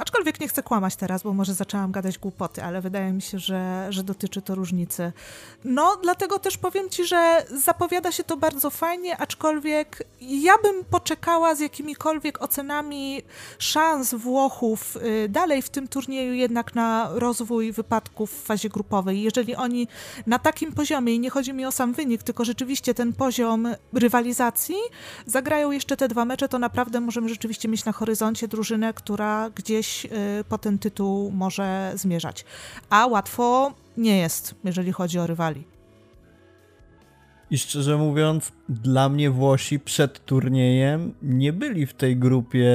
Aczkolwiek nie chcę kłamać teraz, bo może zaczęłam gadać głupoty, ale wydaje mi się, że dotyczy to różnicy. No, dlatego też powiem ci, że zapowiada się to bardzo fajnie, aczkolwiek ja bym poczekała z jakimikolwiek ocenami szans Włochów dalej w tym turnieju jednak na rozwój wypadków w fazie grupowej. Jeżeli oni na takim poziomie, i nie chodzi mi o sam wynik, tylko rzeczywiście ten poziom rywalizacji, zagrają jeszcze te 2 mecze, to naprawdę możemy rzeczywiście mieć na horyzoncie drużynę, która gdzieś po ten tytuł może zmierzać. A łatwo nie jest, jeżeli chodzi o rywali. I szczerze mówiąc, dla mnie Włosi przed turniejem nie byli w tej grupie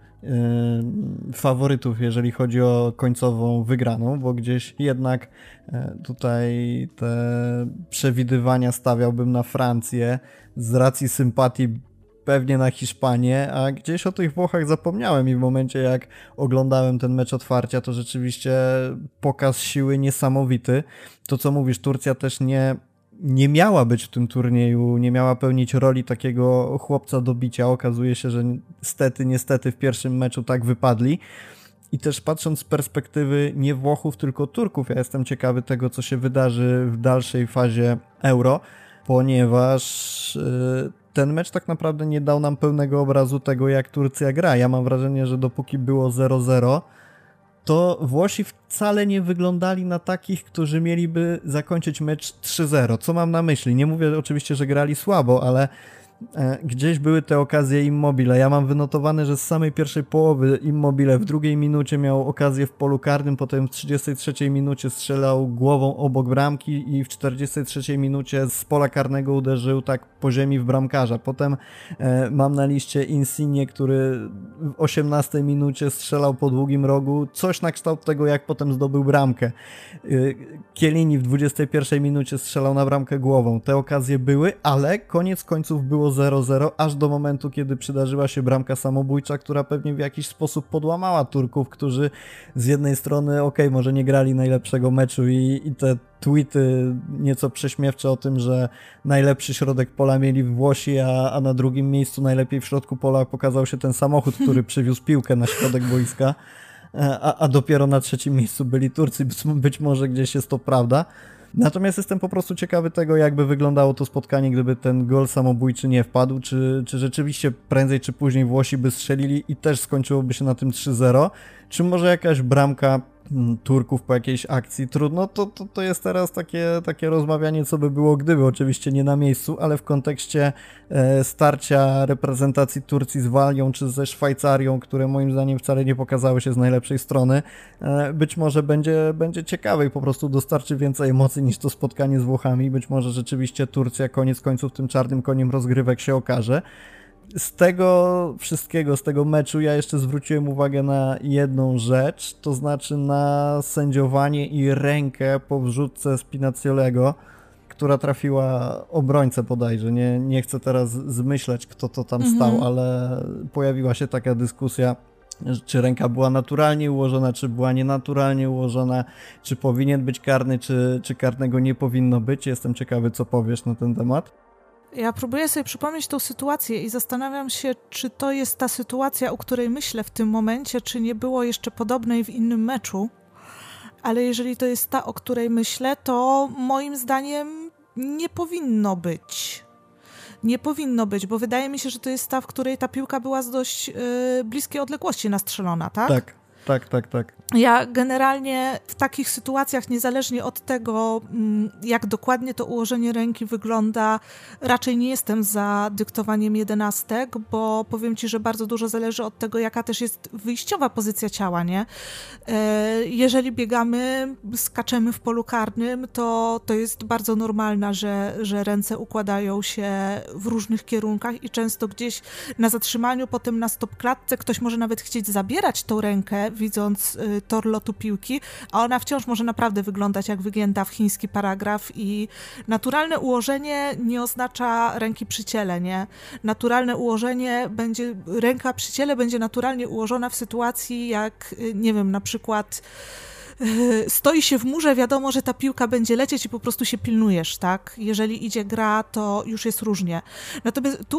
faworytów, jeżeli chodzi o końcową wygraną, bo gdzieś jednak tutaj te przewidywania stawiałbym na Francję, z racji sympatii pewnie na Hiszpanię, a gdzieś o tych Włochach zapomniałem i w momencie jak oglądałem ten mecz otwarcia, to rzeczywiście pokaz siły niesamowity. To co mówisz, Turcja też nie miała być w tym turnieju, nie miała pełnić roli takiego chłopca do bicia. Okazuje się, że niestety w pierwszym meczu tak wypadli. I też patrząc z perspektywy nie Włochów, tylko Turków, ja jestem ciekawy tego, co się wydarzy w dalszej fazie Euro, ponieważ ten mecz tak naprawdę nie dał nam pełnego obrazu tego, jak Turcja gra. Ja mam wrażenie, że dopóki było 0-0, to Włosi wcale nie wyglądali na takich, którzy mieliby zakończyć mecz 3-0. Co mam na myśli? Nie mówię oczywiście, że grali słabo, ale gdzieś były te okazje Immobile. Ja mam wynotowane, że z samej pierwszej połowy Immobile w drugiej minucie miał okazję w polu karnym, potem w 33 minucie strzelał głową obok bramki i w 43 minucie z pola karnego uderzył tak po ziemi w bramkarza. Potem mam na liście Insigne, który w 18 minucie strzelał po długim rogu. Coś na kształt tego, jak potem zdobył bramkę. Chiellini w 21 minucie strzelał na bramkę głową. Te okazje były, ale koniec końców było 0-0, aż do momentu, kiedy przydarzyła się bramka samobójcza, która pewnie w jakiś sposób podłamała Turków, którzy z jednej strony, może nie grali najlepszego meczu i te tweety nieco prześmiewcze o tym, że najlepszy środek pola mieli Włosi, a na drugim miejscu najlepiej w środku pola pokazał się ten samochód, który przywiózł piłkę na środek boiska, a dopiero na trzecim miejscu byli Turcy. Być może gdzieś jest to prawda. Natomiast jestem po prostu ciekawy tego, jakby wyglądało to spotkanie, gdyby ten gol samobójczy nie wpadł, czy rzeczywiście prędzej czy później Włosi by strzelili i też skończyłoby się na tym 3-0, czy może jakaś bramka Turków po jakiejś akcji. Trudno, to jest teraz takie rozmawianie, co by było gdyby, oczywiście nie na miejscu, ale w kontekście starcia reprezentacji Turcji z Walią czy ze Szwajcarią, które moim zdaniem wcale nie pokazały się z najlepszej strony, być może będzie ciekawe i po prostu dostarczy więcej emocji niż to spotkanie z Włochami. Być może rzeczywiście Turcja koniec końców tym czarnym koniem rozgrywek się okaże. Z tego wszystkiego, z tego meczu ja jeszcze zwróciłem uwagę na jedną rzecz, to znaczy na sędziowanie i rękę po wrzutce Spinazzolego, która trafiła obrońcę bodajże. Nie chcę teraz zmyślać, kto to tam stał, ale pojawiła się taka dyskusja, czy ręka była naturalnie ułożona, czy była nienaturalnie ułożona, czy powinien być karny, czy karnego nie powinno być. Jestem ciekawy, co powiesz na ten temat. Ja próbuję sobie przypomnieć tą sytuację i zastanawiam się, czy to jest ta sytuacja, o której myślę w tym momencie, czy nie było jeszcze podobnej w innym meczu. Ale jeżeli to jest ta, o której myślę, to moim zdaniem nie powinno być. Nie powinno być, bo wydaje mi się, że to jest ta, w której ta piłka była z dość bliskiej odległości nastrzelona, tak? Tak. Ja generalnie w takich sytuacjach, niezależnie od tego, jak dokładnie to ułożenie ręki wygląda, raczej nie jestem za dyktowaniem jedenastek, bo powiem ci, że bardzo dużo zależy od tego, jaka też jest wyjściowa pozycja ciała, nie? Jeżeli biegamy, skaczemy w polu karnym, to jest bardzo normalne, że ręce układają się w różnych kierunkach i często gdzieś na zatrzymaniu, potem na stopklatce ktoś może nawet chcieć zabierać tą rękę, widząc tor lotu piłki, a ona wciąż może naprawdę wyglądać jak wygięta w chiński paragraf i naturalne ułożenie nie oznacza ręki przy ciele, nie? Naturalne ułożenie ręka przy ciele będzie naturalnie ułożona w sytuacji jak, nie wiem, na przykład stoi się w murze, wiadomo, że ta piłka będzie lecieć i po prostu się pilnujesz, tak? Jeżeli idzie gra, to już jest różnie. Natomiast tu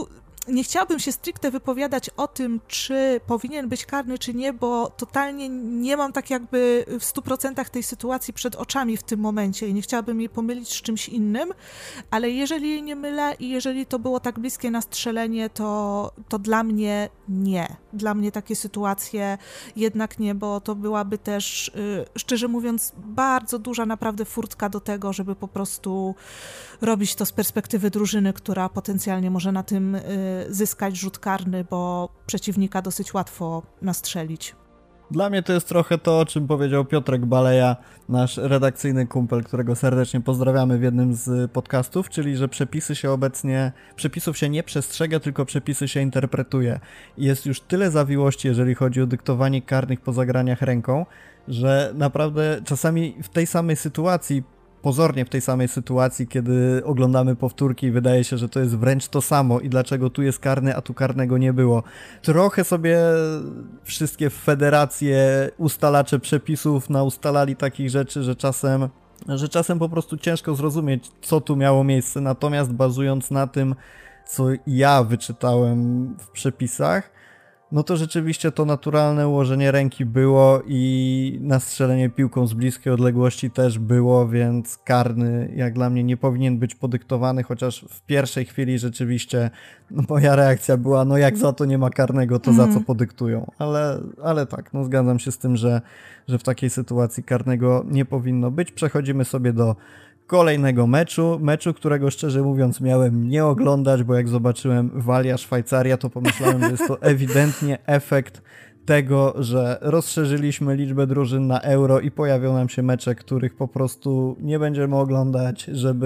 nie chciałabym się stricte wypowiadać o tym, czy powinien być karny, czy nie, bo totalnie nie mam tak jakby w 100% tej sytuacji przed oczami w tym momencie i nie chciałabym jej pomylić z czymś innym, ale jeżeli jej nie mylę i jeżeli to było tak bliskie na strzelenie, to dla mnie nie. Dla mnie takie sytuacje jednak nie, bo to byłaby też, szczerze mówiąc, bardzo duża naprawdę furtka do tego, żeby po prostu robić to z perspektywy drużyny, która potencjalnie może na tym zyskać rzut karny, bo przeciwnika dosyć łatwo nastrzelić. Dla mnie to jest trochę to, o czym powiedział Piotrek Baleja, nasz redakcyjny kumpel, którego serdecznie pozdrawiamy w jednym z podcastów, czyli że przepisów się nie przestrzega, tylko przepisy się interpretuje. I jest już tyle zawiłości, jeżeli chodzi o dyktowanie karnych po zagraniach ręką, że naprawdę czasami w tej samej sytuacji, pozornie w tej samej sytuacji, kiedy oglądamy powtórki i wydaje się, że to jest wręcz to samo i dlaczego tu jest karny, a tu karnego nie było. Trochę sobie wszystkie federacje, ustalacze przepisów naustalali takich rzeczy, że czasem po prostu ciężko zrozumieć, co tu miało miejsce, natomiast bazując na tym, co ja wyczytałem w przepisach, no to rzeczywiście to naturalne ułożenie ręki było i nastrzelenie piłką z bliskiej odległości też było, więc karny jak dla mnie nie powinien być podyktowany, chociaż w pierwszej chwili rzeczywiście moja reakcja była, no jak za to nie ma karnego, to za co podyktują, ale tak, no zgadzam się z tym, że w takiej sytuacji karnego nie powinno być. Przechodzimy sobie do kolejnego meczu, którego szczerze mówiąc miałem nie oglądać, bo jak zobaczyłem Walia-Szwajcaria, to pomyślałem, że jest to ewidentnie efekt tego, że rozszerzyliśmy liczbę drużyn na Euro i pojawią nam się mecze, których po prostu nie będziemy oglądać,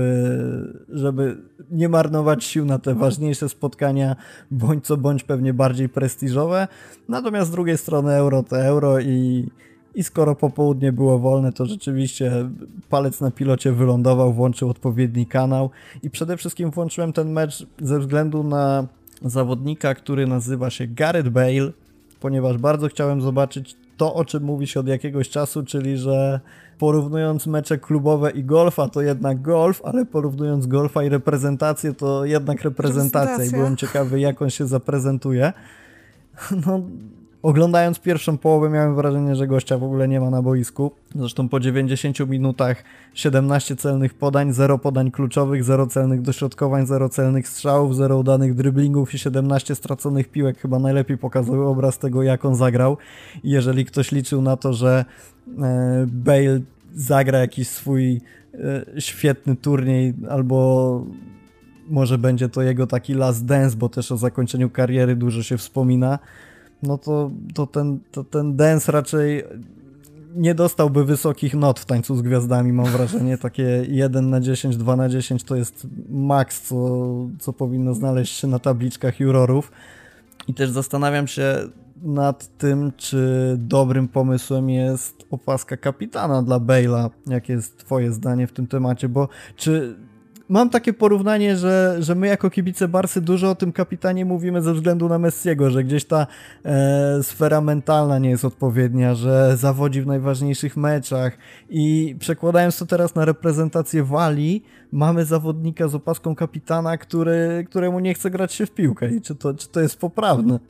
żeby nie marnować sił na te ważniejsze spotkania, bądź co bądź pewnie bardziej prestiżowe. Natomiast z drugiej strony Euro to Euro i skoro popołudnie było wolne, to rzeczywiście palec na pilocie wylądował, włączył odpowiedni kanał i przede wszystkim włączyłem ten mecz ze względu na zawodnika, który nazywa się Gareth Bale, ponieważ bardzo chciałem zobaczyć to, o czym mówi się od jakiegoś czasu, czyli że porównując mecze klubowe i golfa, to jednak golf, ale porównując golfa i reprezentację, to jednak reprezentacja i byłem ciekawy, jak on się zaprezentuje. No, oglądając pierwszą połowę miałem wrażenie, że gościa w ogóle nie ma na boisku. Zresztą po 90 minutach 17 celnych podań, 0 podań kluczowych, 0 celnych dośrodkowań, 0 celnych strzałów, 0 udanych driblingów i 17 straconych piłek. Chyba najlepiej pokazuje obraz tego, jak on zagrał. I jeżeli ktoś liczył na to, że Bale zagra jakiś swój świetny turniej albo może będzie to jego taki last dance, bo też o zakończeniu kariery dużo się wspomina, no to ten dance raczej nie dostałby wysokich not w Tańcu z Gwiazdami, mam wrażenie. Takie 1 na 10, 2 na 10 to jest maks, co powinno znaleźć się na tabliczkach jurorów. I też zastanawiam się nad tym, czy dobrym pomysłem jest opaska kapitana dla Bale'a. Jakie jest twoje zdanie w tym temacie? Bo czy... Mam takie porównanie, że my jako kibice Barsy dużo o tym kapitanie mówimy ze względu na Messiego, że gdzieś ta sfera mentalna nie jest odpowiednia, że zawodzi w najważniejszych meczach i przekładając to teraz na reprezentację Walii, mamy zawodnika z opaską kapitana, któremu nie chce grać się w piłkę i czy to jest poprawne?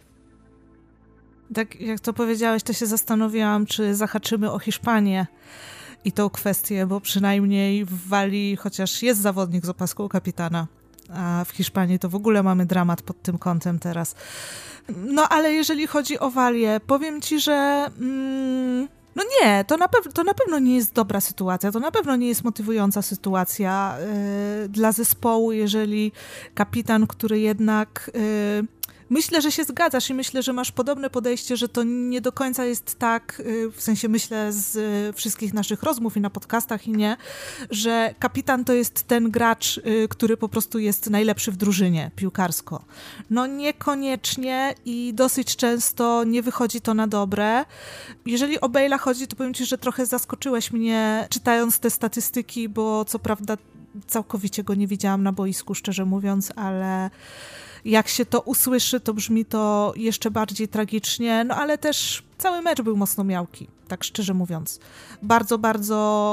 Tak jak to powiedziałeś, to się zastanowiłam, czy zahaczymy o Hiszpanię i tą kwestię, bo przynajmniej w Walii chociaż jest zawodnik z opaską kapitana, a w Hiszpanii to w ogóle mamy dramat pod tym kątem teraz. No ale jeżeli chodzi o Walię, powiem ci, że no nie, to na pewno nie jest dobra sytuacja, to na pewno nie jest motywująca sytuacja dla zespołu, jeżeli kapitan, który jednak... Myślę, że się zgadzasz i myślę, że masz podobne podejście, że to nie do końca jest tak, w sensie myślę z wszystkich naszych rozmów i na podcastach i nie, że kapitan to jest ten gracz, który po prostu jest najlepszy w drużynie piłkarsko. No niekoniecznie i dosyć często nie wychodzi to na dobre. Jeżeli o Bale'a chodzi, to powiem ci, że trochę zaskoczyłeś mnie czytając te statystyki, bo co prawda całkowicie go nie widziałam na boisku, szczerze mówiąc, ale jak się to usłyszy, to brzmi to jeszcze bardziej tragicznie, no ale też cały mecz był mocno miałki, tak szczerze mówiąc. Bardzo, bardzo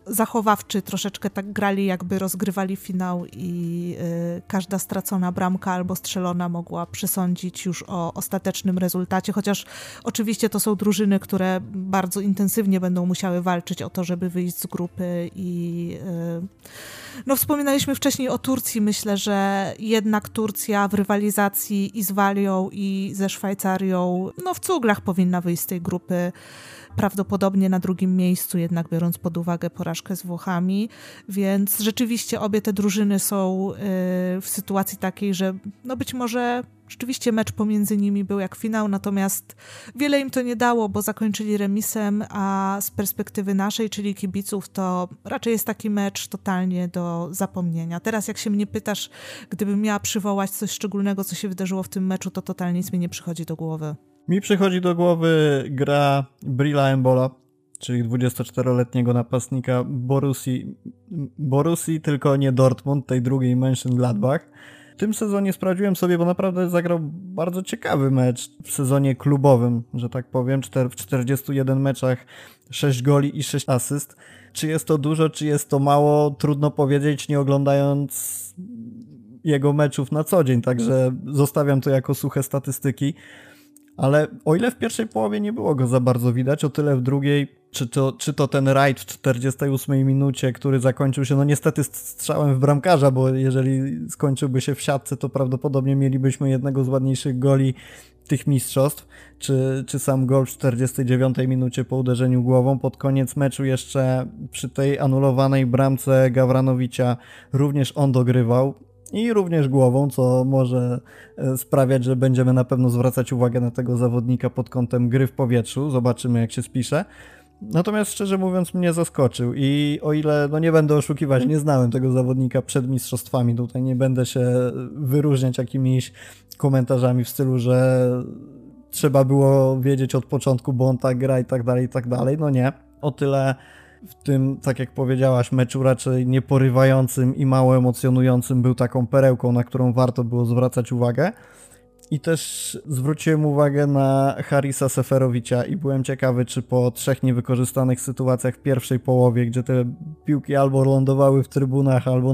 zachowawczy troszeczkę tak grali, jakby rozgrywali finał i każda stracona bramka albo strzelona mogła przesądzić już o ostatecznym rezultacie, chociaż oczywiście to są drużyny, które bardzo intensywnie będą musiały walczyć o to, żeby wyjść z grupy i wspominaliśmy wcześniej o Turcji. Myślę, że jednak Turcja w rywalizacji i z Walią, i ze Szwajcarią w cuglach powinna wyjść z tej grupy. Prawdopodobnie na drugim miejscu, jednak biorąc pod uwagę porażkę z Włochami, więc rzeczywiście obie te drużyny są w sytuacji takiej, że być może rzeczywiście mecz pomiędzy nimi był jak finał, natomiast wiele im to nie dało, bo zakończyli remisem, a z perspektywy naszej, czyli kibiców, to raczej jest taki mecz totalnie do zapomnienia. Teraz jak się mnie pytasz, gdybym miała przywołać coś szczególnego, co się wydarzyło w tym meczu, to totalnie nic mi nie przychodzi do głowy. Mi przychodzi do głowy gra Brila Embola, czyli 24-letniego napastnika Borussii, tylko nie Dortmund, tej drugiej Mönchengladbach. W tym sezonie sprawdziłem sobie, bo naprawdę zagrał bardzo ciekawy mecz w sezonie klubowym, że tak powiem, w 41 meczach 6 goli i 6 asyst. Czy jest to dużo, czy jest to mało, trudno powiedzieć, nie oglądając jego meczów na co dzień, także zostawiam to jako suche statystyki. Ale o ile w pierwszej połowie nie było go za bardzo widać, o tyle w drugiej, czy to ten rajd w 48 minucie, który zakończył się, niestety strzałem w bramkarza, bo jeżeli skończyłby się w siatce, to prawdopodobnie mielibyśmy jednego z ładniejszych goli tych mistrzostw, czy sam gol w 49 minucie po uderzeniu głową. Pod koniec meczu jeszcze przy tej anulowanej bramce Gawranowicza również on dogrywał. I również głową, co może sprawiać, że będziemy na pewno zwracać uwagę na tego zawodnika pod kątem gry w powietrzu. Zobaczymy, jak się spisze. Natomiast szczerze mówiąc mnie zaskoczył i o ile nie będę oszukiwać, nie znałem tego zawodnika przed mistrzostwami. Tutaj nie będę się wyróżniać jakimiś komentarzami w stylu, że trzeba było wiedzieć od początku, bo on tak gra i tak dalej. Nie. O tyle w tym, tak jak powiedziałaś, meczu raczej nieporywającym i mało emocjonującym był taką perełką, na którą warto było zwracać uwagę. I też zwróciłem uwagę na Harisa Seferowicza i byłem ciekawy, czy po 3 niewykorzystanych sytuacjach w pierwszej połowie, gdzie te piłki albo lądowały w trybunach, albo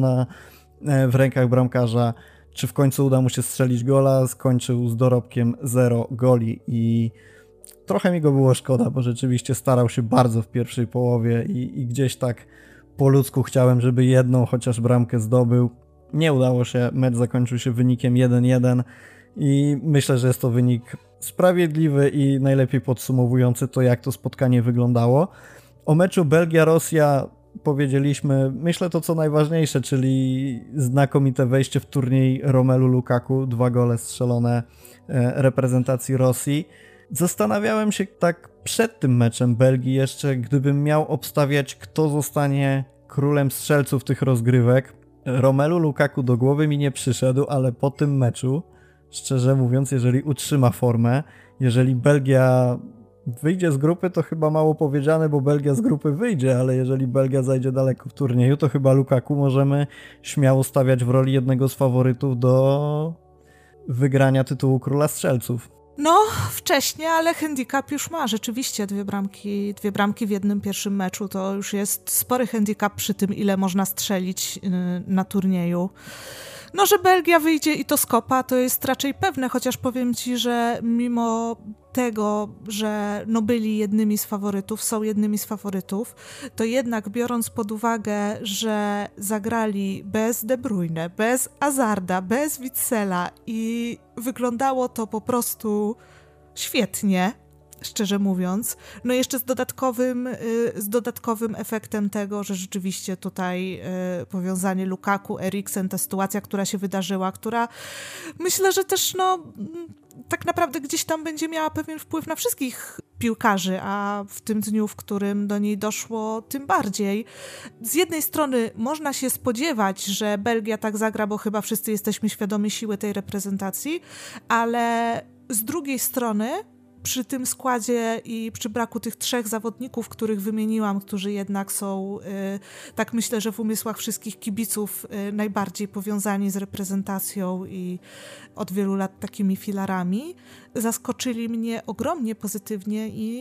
w rękach bramkarza, czy w końcu uda mu się strzelić gola. Skończył z dorobkiem 0 goli i trochę mi go było szkoda, bo rzeczywiście starał się bardzo w pierwszej połowie i gdzieś tak po ludzku chciałem, żeby jedną chociaż bramkę zdobył. Nie udało się, mecz zakończył się wynikiem 1-1 i myślę, że jest to wynik sprawiedliwy i najlepiej podsumowujący to, jak to spotkanie wyglądało. O meczu Belgia-Rosja powiedzieliśmy, myślę to co najważniejsze, czyli znakomite wejście w turniej Romelu Lukaku, 2 gole strzelone reprezentacji Rosji. Zastanawiałem się tak przed tym meczem Belgii jeszcze, gdybym miał obstawiać, kto zostanie królem strzelców tych rozgrywek. Romelu Lukaku do głowy mi nie przyszedł, ale po tym meczu, szczerze mówiąc, jeżeli utrzyma formę, jeżeli Belgia wyjdzie z grupy, to chyba mało powiedziane, bo Belgia z grupy wyjdzie, ale jeżeli Belgia zajdzie daleko w turnieju, to chyba Lukaku możemy śmiało stawiać w roli jednego z faworytów do wygrania tytułu króla strzelców. Wcześnie, ale handicap już ma. Rzeczywiście 2 bramki w jednym pierwszym meczu to już jest spory handicap przy tym, ile można strzelić na turnieju. Że Belgia wyjdzie i to z kopa, to jest raczej pewne, chociaż powiem ci, że mimo tego, że byli jednymi z faworytów, są jednymi z faworytów, to jednak biorąc pod uwagę, że zagrali bez De Bruyne, bez Hazarda, bez Witsela i wyglądało to po prostu świetnie, szczerze mówiąc. Jeszcze z dodatkowym efektem tego, że rzeczywiście tutaj powiązanie Lukaku, Eriksen, ta sytuacja, która się wydarzyła, która myślę, że też tak naprawdę gdzieś tam będzie miała pewien wpływ na wszystkich piłkarzy, a w tym dniu, w którym do niej doszło, tym bardziej. Z jednej strony można się spodziewać, że Belgia tak zagra, bo chyba wszyscy jesteśmy świadomi siły tej reprezentacji, ale z drugiej strony przy tym składzie i przy braku tych 3 zawodników, których wymieniłam, którzy jednak są, tak myślę, że w umysłach wszystkich kibiców najbardziej powiązani z reprezentacją i od wielu lat takimi filarami, zaskoczyli mnie ogromnie pozytywnie i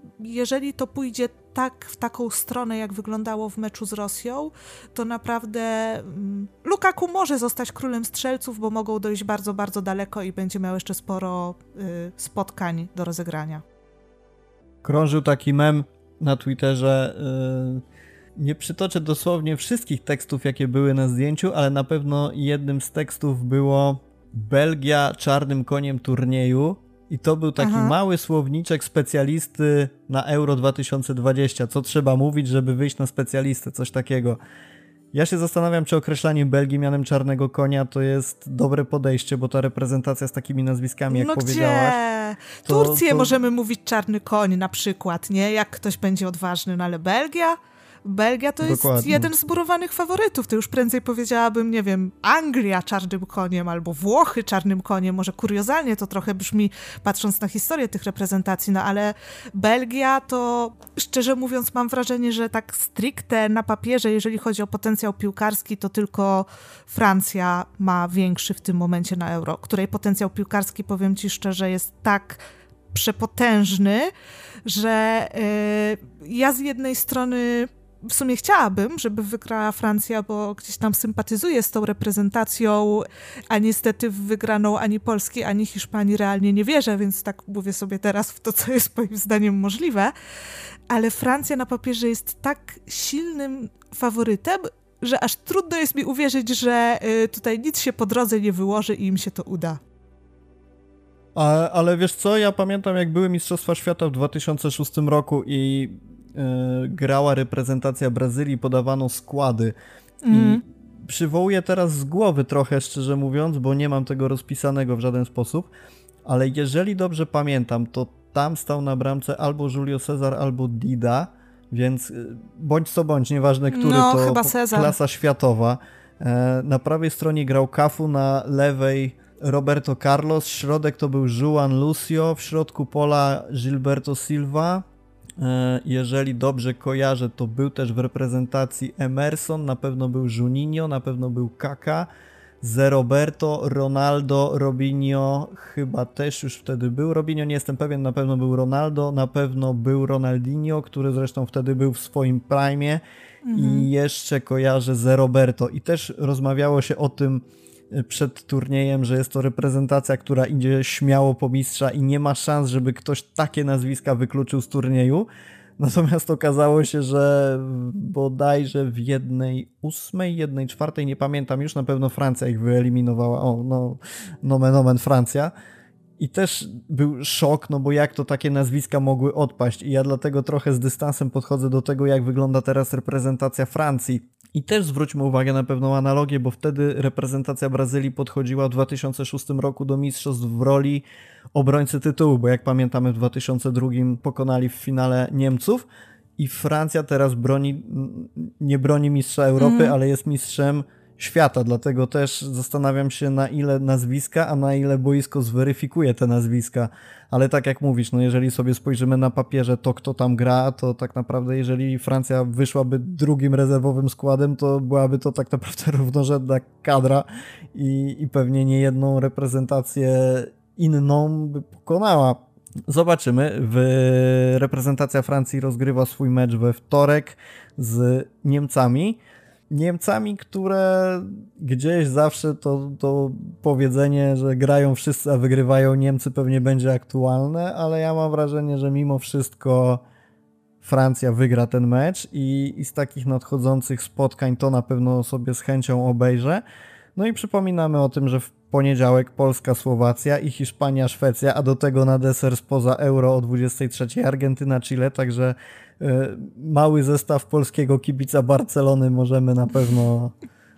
jeżeli to pójdzie tak w taką stronę, jak wyglądało w meczu z Rosją, to naprawdę Lukaku może zostać królem strzelców, bo mogą dojść bardzo, bardzo daleko i będzie miał jeszcze sporo spotkań do rozegrania. Krążył taki mem na Twitterze, nie przytoczę dosłownie wszystkich tekstów, jakie były na zdjęciu, ale na pewno jednym z tekstów było Belgia czarnym koniem turnieju i to był taki mały słowniczek specjalisty na Euro 2020, co trzeba mówić, żeby wyjść na specjalistę, coś takiego. Ja się zastanawiam, czy określanie Belgii mianem czarnego konia to jest dobre podejście, bo ta reprezentacja z takimi nazwiskami, jak powiedziałaś... Turcję możemy mówić czarny koń na przykład, nie? Jak ktoś będzie odważny, no ale Belgia to jest jeden z murowanych faworytów. To już prędzej powiedziałabym, nie wiem, Anglia czarnym koniem albo Włochy czarnym koniem. Może kuriozalnie to trochę brzmi, patrząc na historię tych reprezentacji, no ale Belgia to, szczerze mówiąc, mam wrażenie, że tak stricte na papierze, jeżeli chodzi o potencjał piłkarski, to tylko Francja ma większy w tym momencie na Euro, której potencjał piłkarski, powiem ci szczerze, jest tak przepotężny, że ja z jednej strony w sumie chciałabym, żeby wygrała Francja, bo gdzieś tam sympatyzuję z tą reprezentacją, a niestety w wygraną ani Polski, ani Hiszpanii realnie nie wierzę, więc tak mówię sobie teraz w to, co jest moim zdaniem możliwe, ale Francja na papierze jest tak silnym faworytem, że aż trudno jest mi uwierzyć, że tutaj nic się po drodze nie wyłoży i im się to uda. Ale wiesz co, ja pamiętam, jak były Mistrzostwa Świata w 2006 roku i grała reprezentacja Brazylii, podawano składy. I przywołuję teraz z głowy trochę, szczerze mówiąc, bo nie mam tego rozpisanego w żaden sposób, ale jeżeli dobrze pamiętam, to tam stał na bramce albo Julio Cesar, albo Dida, więc bądź co bądź, nieważne który, to chyba Cezar. Klasa światowa. Na prawej stronie grał Cafu, na lewej Roberto Carlos, środek to był Juan Lucio, w środku pola Gilberto Silva. Jeżeli dobrze kojarzę, to był też w reprezentacji Emerson, na pewno był Juninho, na pewno był Kaká, Zé Roberto, Ronaldo, Robinho, chyba też już wtedy był Robinho, nie jestem pewien, na pewno był Ronaldo, na pewno był Ronaldinho, który zresztą wtedy był w swoim prime'ie i jeszcze kojarzę Zé Roberto i też rozmawiało się o tym przed turniejem, że jest to reprezentacja, która idzie śmiało po mistrza i nie ma szans, żeby ktoś takie nazwiska wykluczył z turnieju. Natomiast okazało się, że bodajże w 1/8, 1/4, nie pamiętam już, na pewno Francja ich wyeliminowała. Nomen omen Francja. I też był szok, no bo jak to takie nazwiska mogły odpaść i ja dlatego trochę z dystansem podchodzę do tego, jak wygląda teraz reprezentacja Francji. I też zwróćmy uwagę na pewną analogię, bo wtedy reprezentacja Brazylii podchodziła w 2006 roku do mistrzostw w roli obrońcy tytułu, bo jak pamiętamy w 2002 pokonali w finale Niemców i Francja teraz nie broni mistrza Europy, ale jest mistrzem świata, dlatego też zastanawiam się, na ile nazwiska, a na ile boisko zweryfikuje te nazwiska, ale tak jak mówisz, no jeżeli sobie spojrzymy na papierze to, kto tam gra, to tak naprawdę jeżeli Francja wyszłaby drugim rezerwowym składem, to byłaby to tak naprawdę równorzędna kadra i pewnie nie jedną reprezentację inną by pokonała. Zobaczymy. Reprezentacja Francji rozgrywa swój mecz we wtorek z Niemcami, które gdzieś zawsze to powiedzenie, że grają wszyscy, a wygrywają Niemcy, pewnie będzie aktualne, ale ja mam wrażenie, że mimo wszystko Francja wygra ten mecz i z takich nadchodzących spotkań to na pewno sobie z chęcią obejrzę. No i przypominamy o tym, że w poniedziałek Polska, Słowacja i Hiszpania, Szwecja, a do tego na deser spoza Euro o 23:00 Argentyna, Chile, także mały zestaw polskiego kibica Barcelony możemy na pewno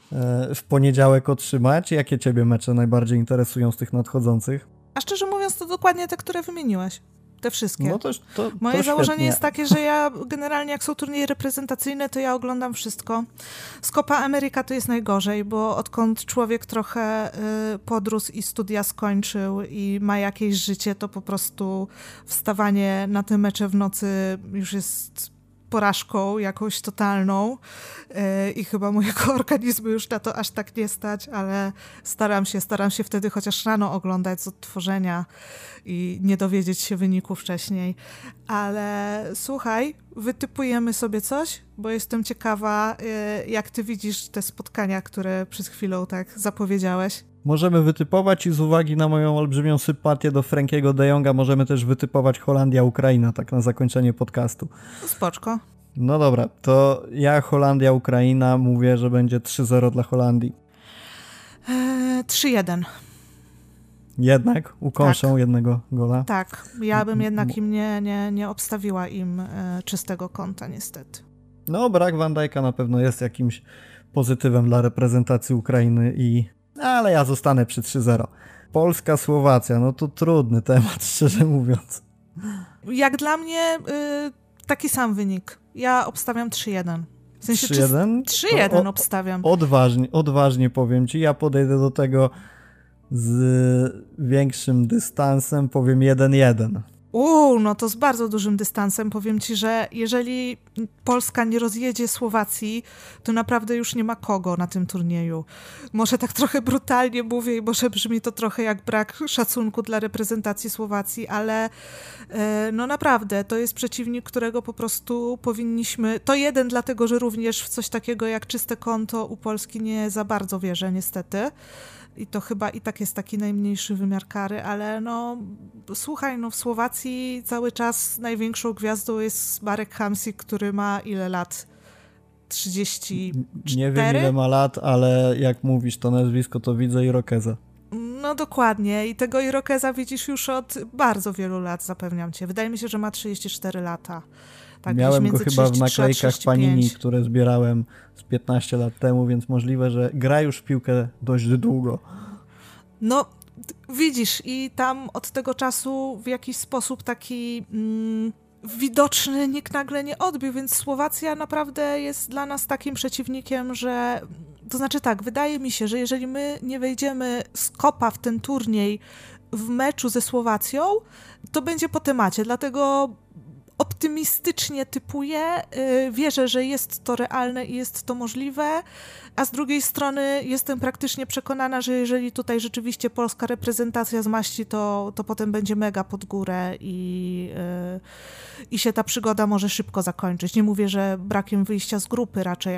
w poniedziałek otrzymać. Jakie ciebie mecze najbardziej interesują z tych nadchodzących? A szczerze mówiąc, to dokładnie te, które wymieniłaś. Te wszystkie. No Moje założenie jest takie, że ja generalnie jak są turnieje reprezentacyjne, to ja oglądam wszystko. Z Copa America to jest najgorzej, bo odkąd człowiek trochę podrósł i studia skończył i ma jakieś życie, to po prostu wstawanie na te mecze w nocy już jest porażką jakąś totalną i chyba mojego organizmu już na to aż tak nie stać, ale staram się wtedy chociaż rano oglądać z odtworzenia i nie dowiedzieć się wyniku wcześniej. Ale słuchaj, wytypujemy sobie coś, bo jestem ciekawa, jak ty widzisz te spotkania, które przed chwilą tak zapowiedziałeś. Możemy wytypować i z uwagi na moją olbrzymią sympatię do Frankiego de Jonga możemy też wytypować Holandia-Ukraina, tak na zakończenie podcastu. Spoczko. No dobra, to ja Holandia-Ukraina mówię, że będzie 3-0 dla Holandii. 3-1. Jednak ukąszą jednego gola. Tak, ja bym jednak im nie obstawiła im czystego kąta niestety. No brak Van Dijk'a na pewno jest jakimś pozytywem dla reprezentacji Ukrainy ale ja zostanę przy 3-0. Polska-Słowacja, no to trudny temat, szczerze mówiąc. Jak dla mnie taki sam wynik. Ja obstawiam 3-1. W sensie 3-1? 3-1 obstawiam. Odważnie powiem ci, ja podejdę do tego z większym dystansem, powiem 1-1. No to z bardzo dużym dystansem. Powiem ci, że jeżeli Polska nie rozjedzie Słowacji, to naprawdę już nie ma kogo na tym turnieju. Może tak trochę brutalnie mówię i może brzmi to trochę jak brak szacunku dla reprezentacji Słowacji, ale no naprawdę, to jest przeciwnik, którego po prostu powinniśmy... To jeden dlatego, że również w coś takiego jak czyste konto u Polski nie za bardzo wierzę, niestety. I to chyba i tak jest taki najmniejszy wymiar kary, ale no słuchaj, no w Słowacji cały czas największą gwiazdą jest Marek Hamsik, który ma ile lat? 34? Nie wiem ile ma lat, ale jak mówisz to nazwisko, to widzę Irokeza. No dokładnie i tego Irokeza widzisz już od bardzo wielu lat, zapewniam cię. Wydaje mi się, że ma 34 lata. Tak, miałem go chyba w naklejkach Panini, które zbierałem z 15 lat temu, więc możliwe, że gra już w piłkę dość długo. No, widzisz, i tam od tego czasu w jakiś sposób taki widoczny nikt nagle nie odbił, więc Słowacja naprawdę jest dla nas takim przeciwnikiem, że... To znaczy tak, wydaje mi się, że jeżeli my nie wejdziemy z kopa w ten turniej w meczu ze Słowacją, to będzie po temacie, dlatego... Optymistycznie typuję, wierzę, że jest to realne i jest to możliwe, a z drugiej strony jestem praktycznie przekonana, że jeżeli tutaj rzeczywiście polska reprezentacja zmaści, to potem będzie mega pod górę i się ta przygoda może szybko zakończyć. Nie mówię, że brakiem wyjścia z grupy raczej,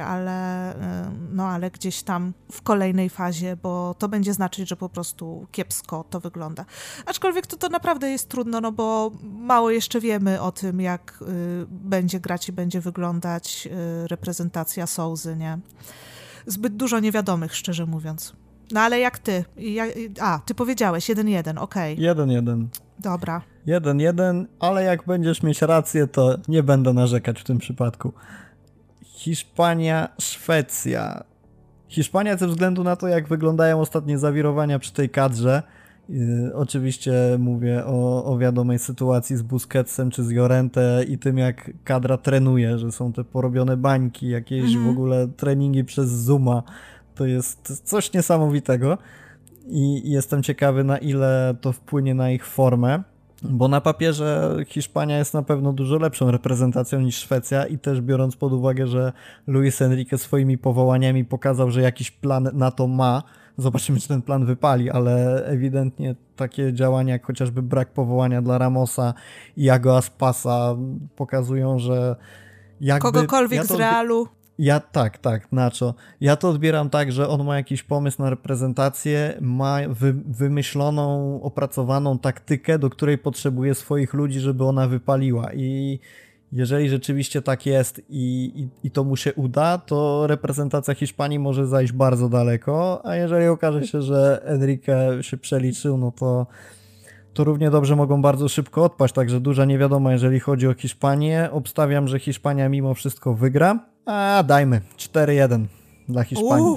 ale gdzieś tam w kolejnej fazie, bo to będzie znaczyć, że po prostu kiepsko to wygląda. Aczkolwiek to naprawdę jest trudno, no bo mało jeszcze wiemy o tym, jak będzie grać i będzie wyglądać reprezentacja Sousy, nie? Zbyt dużo niewiadomych, szczerze mówiąc. No ale jak ty? Ty powiedziałeś 1-1, okej. 1-1. Dobra. 1-1, ale jak będziesz mieć rację, to nie będę narzekać w tym przypadku. Hiszpania, Szwecja. Hiszpania ze względu na to, jak wyglądają ostatnie zawirowania przy tej kadrze, oczywiście mówię o wiadomej sytuacji z Busquetsem czy z Llorente i tym, jak kadra trenuje, że są te porobione bańki, jakieś w ogóle treningi przez Zooma. To jest coś niesamowitego i jestem ciekawy, na ile to wpłynie na ich formę, bo na papierze Hiszpania jest na pewno dużo lepszą reprezentacją niż Szwecja i też biorąc pod uwagę, że Luis Enrique swoimi powołaniami pokazał, że jakiś plan na to ma. Zobaczymy, czy ten plan wypali, ale ewidentnie takie działania jak chociażby brak powołania dla Ramosa i Iago Aspasa pokazują, że jakby... Kogokolwiek z Realu. Tak, Nacho. Ja to odbieram tak, że on ma jakiś pomysł na reprezentację, ma wymyśloną, opracowaną taktykę, do której potrzebuje swoich ludzi, żeby ona wypaliła i jeżeli rzeczywiście tak jest i to mu się uda, to reprezentacja Hiszpanii może zajść bardzo daleko, a jeżeli okaże się, że Enrique się przeliczył, no to równie dobrze mogą bardzo szybko odpaść, także duża niewiadoma, jeżeli chodzi o Hiszpanię. Obstawiam, że Hiszpania mimo wszystko wygra, a dajmy 4-1 dla Hiszpanii.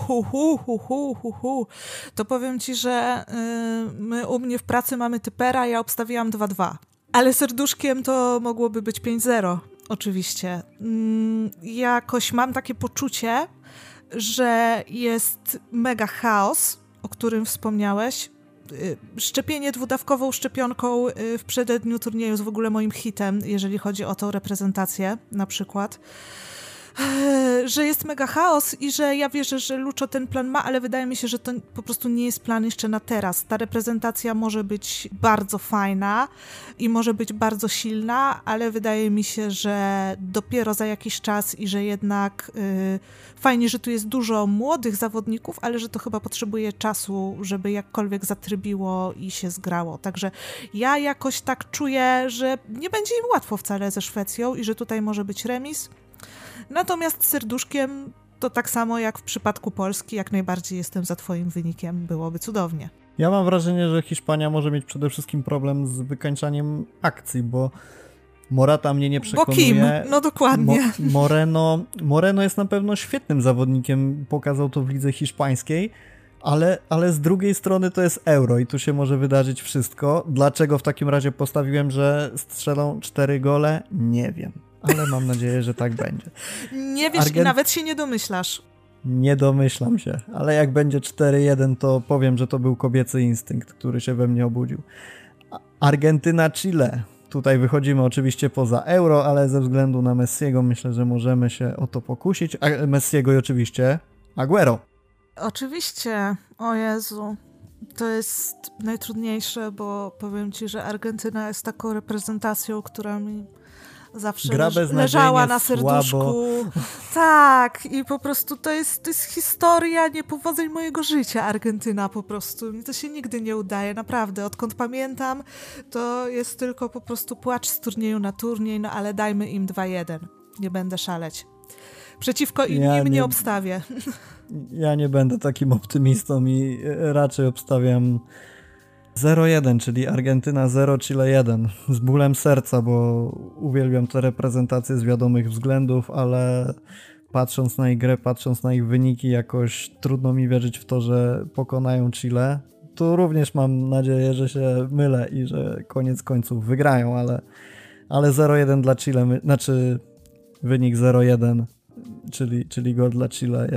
To powiem ci, że my u mnie w pracy mamy typera, ja obstawiłam 2-2. Ale serduszkiem to mogłoby być 5-0, oczywiście. Jakoś mam takie poczucie, że jest mega chaos, o którym wspomniałeś. szczepienie dwudawkową szczepionką w przededniu turnieju jest w ogóle moim hitem, jeżeli chodzi o tą reprezentację na przykład. Że jest mega chaos i że ja wierzę, że Lucho ten plan ma, ale wydaje mi się, że to po prostu nie jest plan jeszcze na teraz. Ta reprezentacja może być bardzo fajna i może być bardzo silna, ale wydaje mi się, że dopiero za jakiś czas i że jednak fajnie, że tu jest dużo młodych zawodników, ale że to chyba potrzebuje czasu, żeby jakkolwiek zatrybiło i się zgrało. Także ja jakoś tak czuję, że nie będzie im łatwo wcale ze Szwecją i że tutaj może być remis. Natomiast serduszkiem to tak samo jak w przypadku Polski, jak najbardziej jestem za twoim wynikiem, byłoby cudownie. Ja mam wrażenie, że Hiszpania może mieć przede wszystkim problem z wykańczaniem akcji, bo Morata mnie nie przekonuje. Bo kim? No dokładnie. Moreno jest na pewno świetnym zawodnikiem, pokazał to w lidze hiszpańskiej, ale z drugiej strony to jest Euro i tu się może wydarzyć wszystko. Dlaczego w takim razie postawiłem, że strzelą 4 gole? Nie wiem. Ale mam nadzieję, że tak będzie. Nie wiesz i nawet się nie domyślasz. Nie domyślam się, ale jak będzie 4-1, to powiem, że to był kobiecy instynkt, który się we mnie obudził. Argentyna-Chile. Tutaj wychodzimy oczywiście poza Euro, ale ze względu na Messiego myślę, że możemy się o to pokusić. Messiego i oczywiście Agüero. Oczywiście. O Jezu. To jest najtrudniejsze, bo powiem ci, że Argentyna jest taką reprezentacją, która mi zawsze leżała na serduszku. Słabo. Tak, i po prostu to jest historia niepowodzeń mojego życia, Argentyna po prostu. Mi to się nigdy nie udaje, naprawdę. Odkąd pamiętam, to jest tylko po prostu płacz z turnieju na turniej, no ale dajmy im 2-1. Nie będę szaleć. Przeciwko innym nie obstawię. Ja nie będę takim optymistą i raczej obstawiam 0-1, czyli Argentyna 0, Chile 1. Z bólem serca, bo uwielbiam te reprezentacje z wiadomych względów, ale patrząc na ich grę, patrząc na ich wyniki, jakoś trudno mi wierzyć w to, że pokonają Chile. Tu również mam nadzieję, że się mylę i że koniec końców wygrają, ale 0-1 dla Chile, znaczy wynik 0-1, czyli gol dla Chile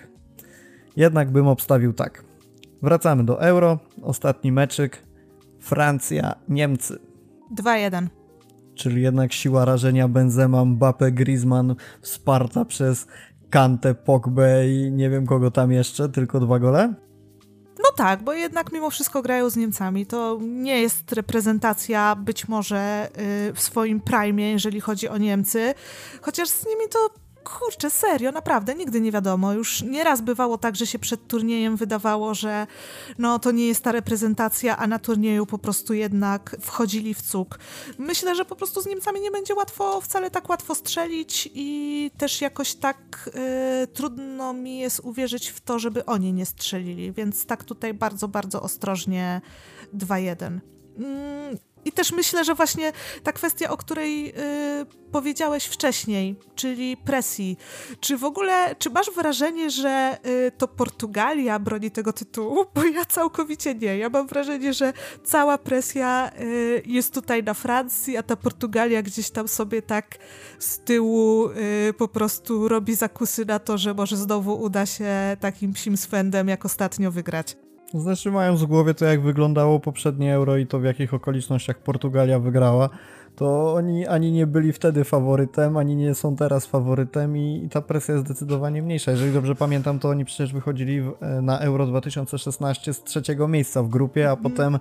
jednak bym obstawił tak. Wracamy do Euro. Ostatni meczyk. Francja, Niemcy. 2-1. Czyli jednak siła rażenia Benzema, Mbappé, Griezmann wsparta przez Kantę, Pogbę i nie wiem kogo tam jeszcze, tylko 2 gole? No tak, bo jednak mimo wszystko grają z Niemcami. To nie jest reprezentacja być może w swoim prime, jeżeli chodzi o Niemcy. Chociaż z nimi to kurczę, serio, naprawdę, nigdy nie wiadomo. Już nieraz bywało tak, że się przed turniejem wydawało, że no to nie jest ta reprezentacja, a na turnieju po prostu jednak wchodzili w cuk. Myślę, że po prostu z Niemcami nie będzie wcale tak łatwo strzelić i też jakoś tak trudno mi jest uwierzyć w to, żeby oni nie strzelili, więc tak tutaj bardzo, bardzo ostrożnie 2-1. I też myślę, że właśnie ta kwestia, o której powiedziałeś wcześniej, czyli presji. Czy masz wrażenie, że to Portugalia broni tego tytułu? Bo ja całkowicie nie. Ja mam wrażenie, że cała presja jest tutaj na Francji, a ta Portugalia gdzieś tam sobie tak z tyłu po prostu robi zakusy na to, że może znowu uda się takim psim swędem jak ostatnio wygrać. Znaczy mając w głowie to, jak wyglądało poprzednie Euro i to, w jakich okolicznościach Portugalia wygrała, to oni ani nie byli wtedy faworytem, ani nie są teraz faworytem i ta presja jest zdecydowanie mniejsza. Jeżeli dobrze pamiętam, to oni przecież wychodzili na Euro 2016 z 3. miejsca w grupie, a potem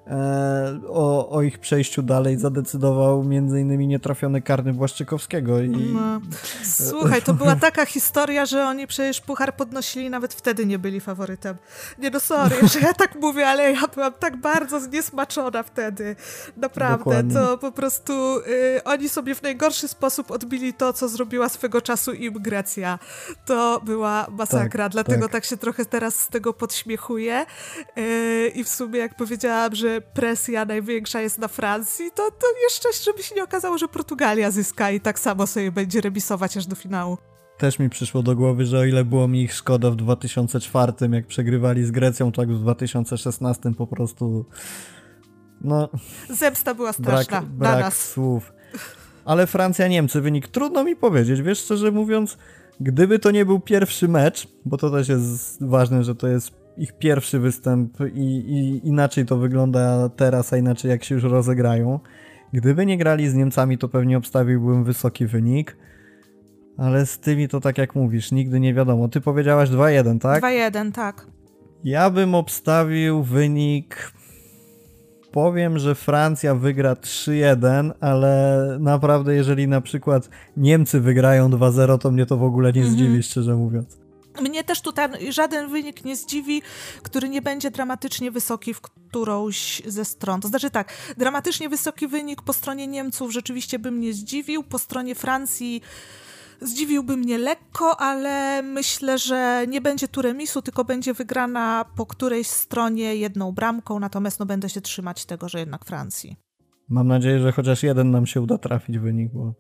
o ich przejściu dalej zadecydował m.in. nietrafiony karny Błaszczykowskiego. Słuchaj, to była taka historia, że oni przecież puchar podnosili, nawet wtedy nie byli faworytem. Nie no, sorry, że ja tak mówię, ale ja byłam tak bardzo zniesmaczona wtedy. Naprawdę, dokładnie. To po prostu oni sobie w najgorszy sposób odbili to, co zrobiła swego czasu im Grecja. To była masakra, dlatego tak się trochę teraz z tego podśmiechuję. I w sumie jak powiedziałam, że presja największa jest na Francji, to jeszcze, żeby się nie okazało, że Portugalia zyska i tak samo sobie będzie remisować aż do finału. Też mi przyszło do głowy, że o ile było mi ich szkoda w 2004, jak przegrywali z Grecją, tak w 2016 po prostu... No, zemsta była straszna brak nas. Słów. Ale Francja-Niemcy, wynik trudno mi powiedzieć. Wiesz, szczerze mówiąc, gdyby to nie był pierwszy mecz, bo to też jest ważne, że to jest ich pierwszy występ i inaczej to wygląda teraz, a inaczej jak się już rozegrają. Gdyby nie grali z Niemcami, to pewnie obstawiłbym wysoki wynik, ale z tymi to tak jak mówisz, nigdy nie wiadomo. Ty powiedziałaś 2-1, tak? 2-1, tak. Ja bym obstawił wynik... Powiem, że Francja wygra 3-1, ale naprawdę jeżeli na przykład Niemcy wygrają 2-0, to mnie to w ogóle nie zdziwi, szczerze mówiąc. Mnie też tutaj żaden wynik nie zdziwi, który nie będzie dramatycznie wysoki w którąś ze stron. To znaczy tak, dramatycznie wysoki wynik po stronie Niemców rzeczywiście by mnie zdziwił, po stronie Francji zdziwiłby mnie lekko, ale myślę, że nie będzie tu remisu, tylko będzie wygrana po którejś stronie jedną bramką, natomiast będę się trzymać tego, że jednak Francji. Mam nadzieję, że chociaż jeden nam się uda trafić wynik, bo...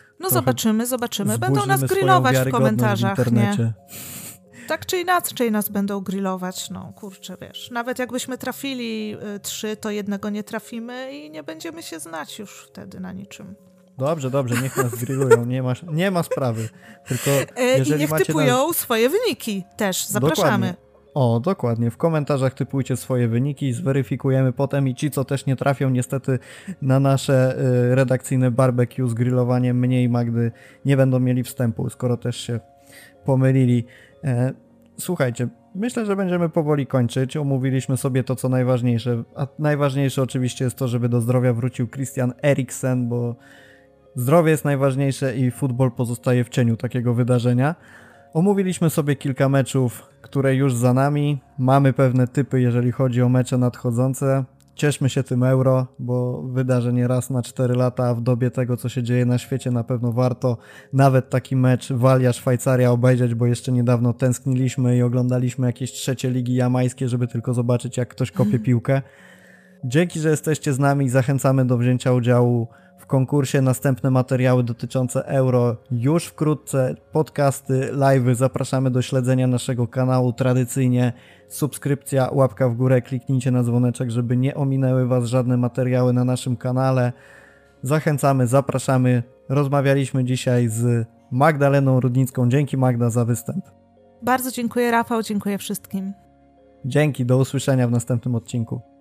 Zobaczymy. Będą nas grillować w komentarzach, nie? Tak czy inaczej nas będą grillować, kurczę, wiesz. Nawet jakbyśmy trafili 3, to jednego nie trafimy i nie będziemy się znać już wtedy na niczym. Dobrze, niech nas grillują, nie ma sprawy. Tylko jeżeli i niech macie typują swoje wyniki też, zapraszamy. Dokładnie. W komentarzach typujcie swoje wyniki, zweryfikujemy potem i ci, co też nie trafią niestety na nasze redakcyjne barbecue z grillowaniem mnie i Magdy, nie będą mieli wstępu, skoro też się pomylili. Słuchajcie, myślę, że będziemy powoli kończyć. Omówiliśmy sobie to, co najważniejsze, a najważniejsze oczywiście jest to, żeby do zdrowia wrócił Christian Eriksen, bo zdrowie jest najważniejsze i futbol pozostaje w cieniu takiego wydarzenia. Omówiliśmy sobie kilka meczów, które już za nami. Mamy pewne typy, jeżeli chodzi o mecze nadchodzące. Cieszmy się tym Euro, bo wydarzenie raz na 4 lata, a w dobie tego, co się dzieje na świecie, na pewno warto nawet taki mecz Walia-Szwajcaria obejrzeć, bo jeszcze niedawno tęskniliśmy i oglądaliśmy jakieś trzecie ligi jamańskie, żeby tylko zobaczyć, jak ktoś kopie piłkę. Dzięki, że jesteście z nami. Zachęcamy do wzięcia udziału w konkursie. Następne materiały dotyczące Euro już wkrótce. Podcasty, live'y. Zapraszamy do śledzenia naszego kanału. Tradycyjnie subskrypcja, łapka w górę, kliknijcie na dzwoneczek, żeby nie ominęły Was żadne materiały na naszym kanale. Zachęcamy, zapraszamy. Rozmawialiśmy dzisiaj z Magdaleną Rudnicką. Dzięki, Magda, za występ. Bardzo dziękuję, Rafał, dziękuję wszystkim. Dzięki, do usłyszenia w następnym odcinku.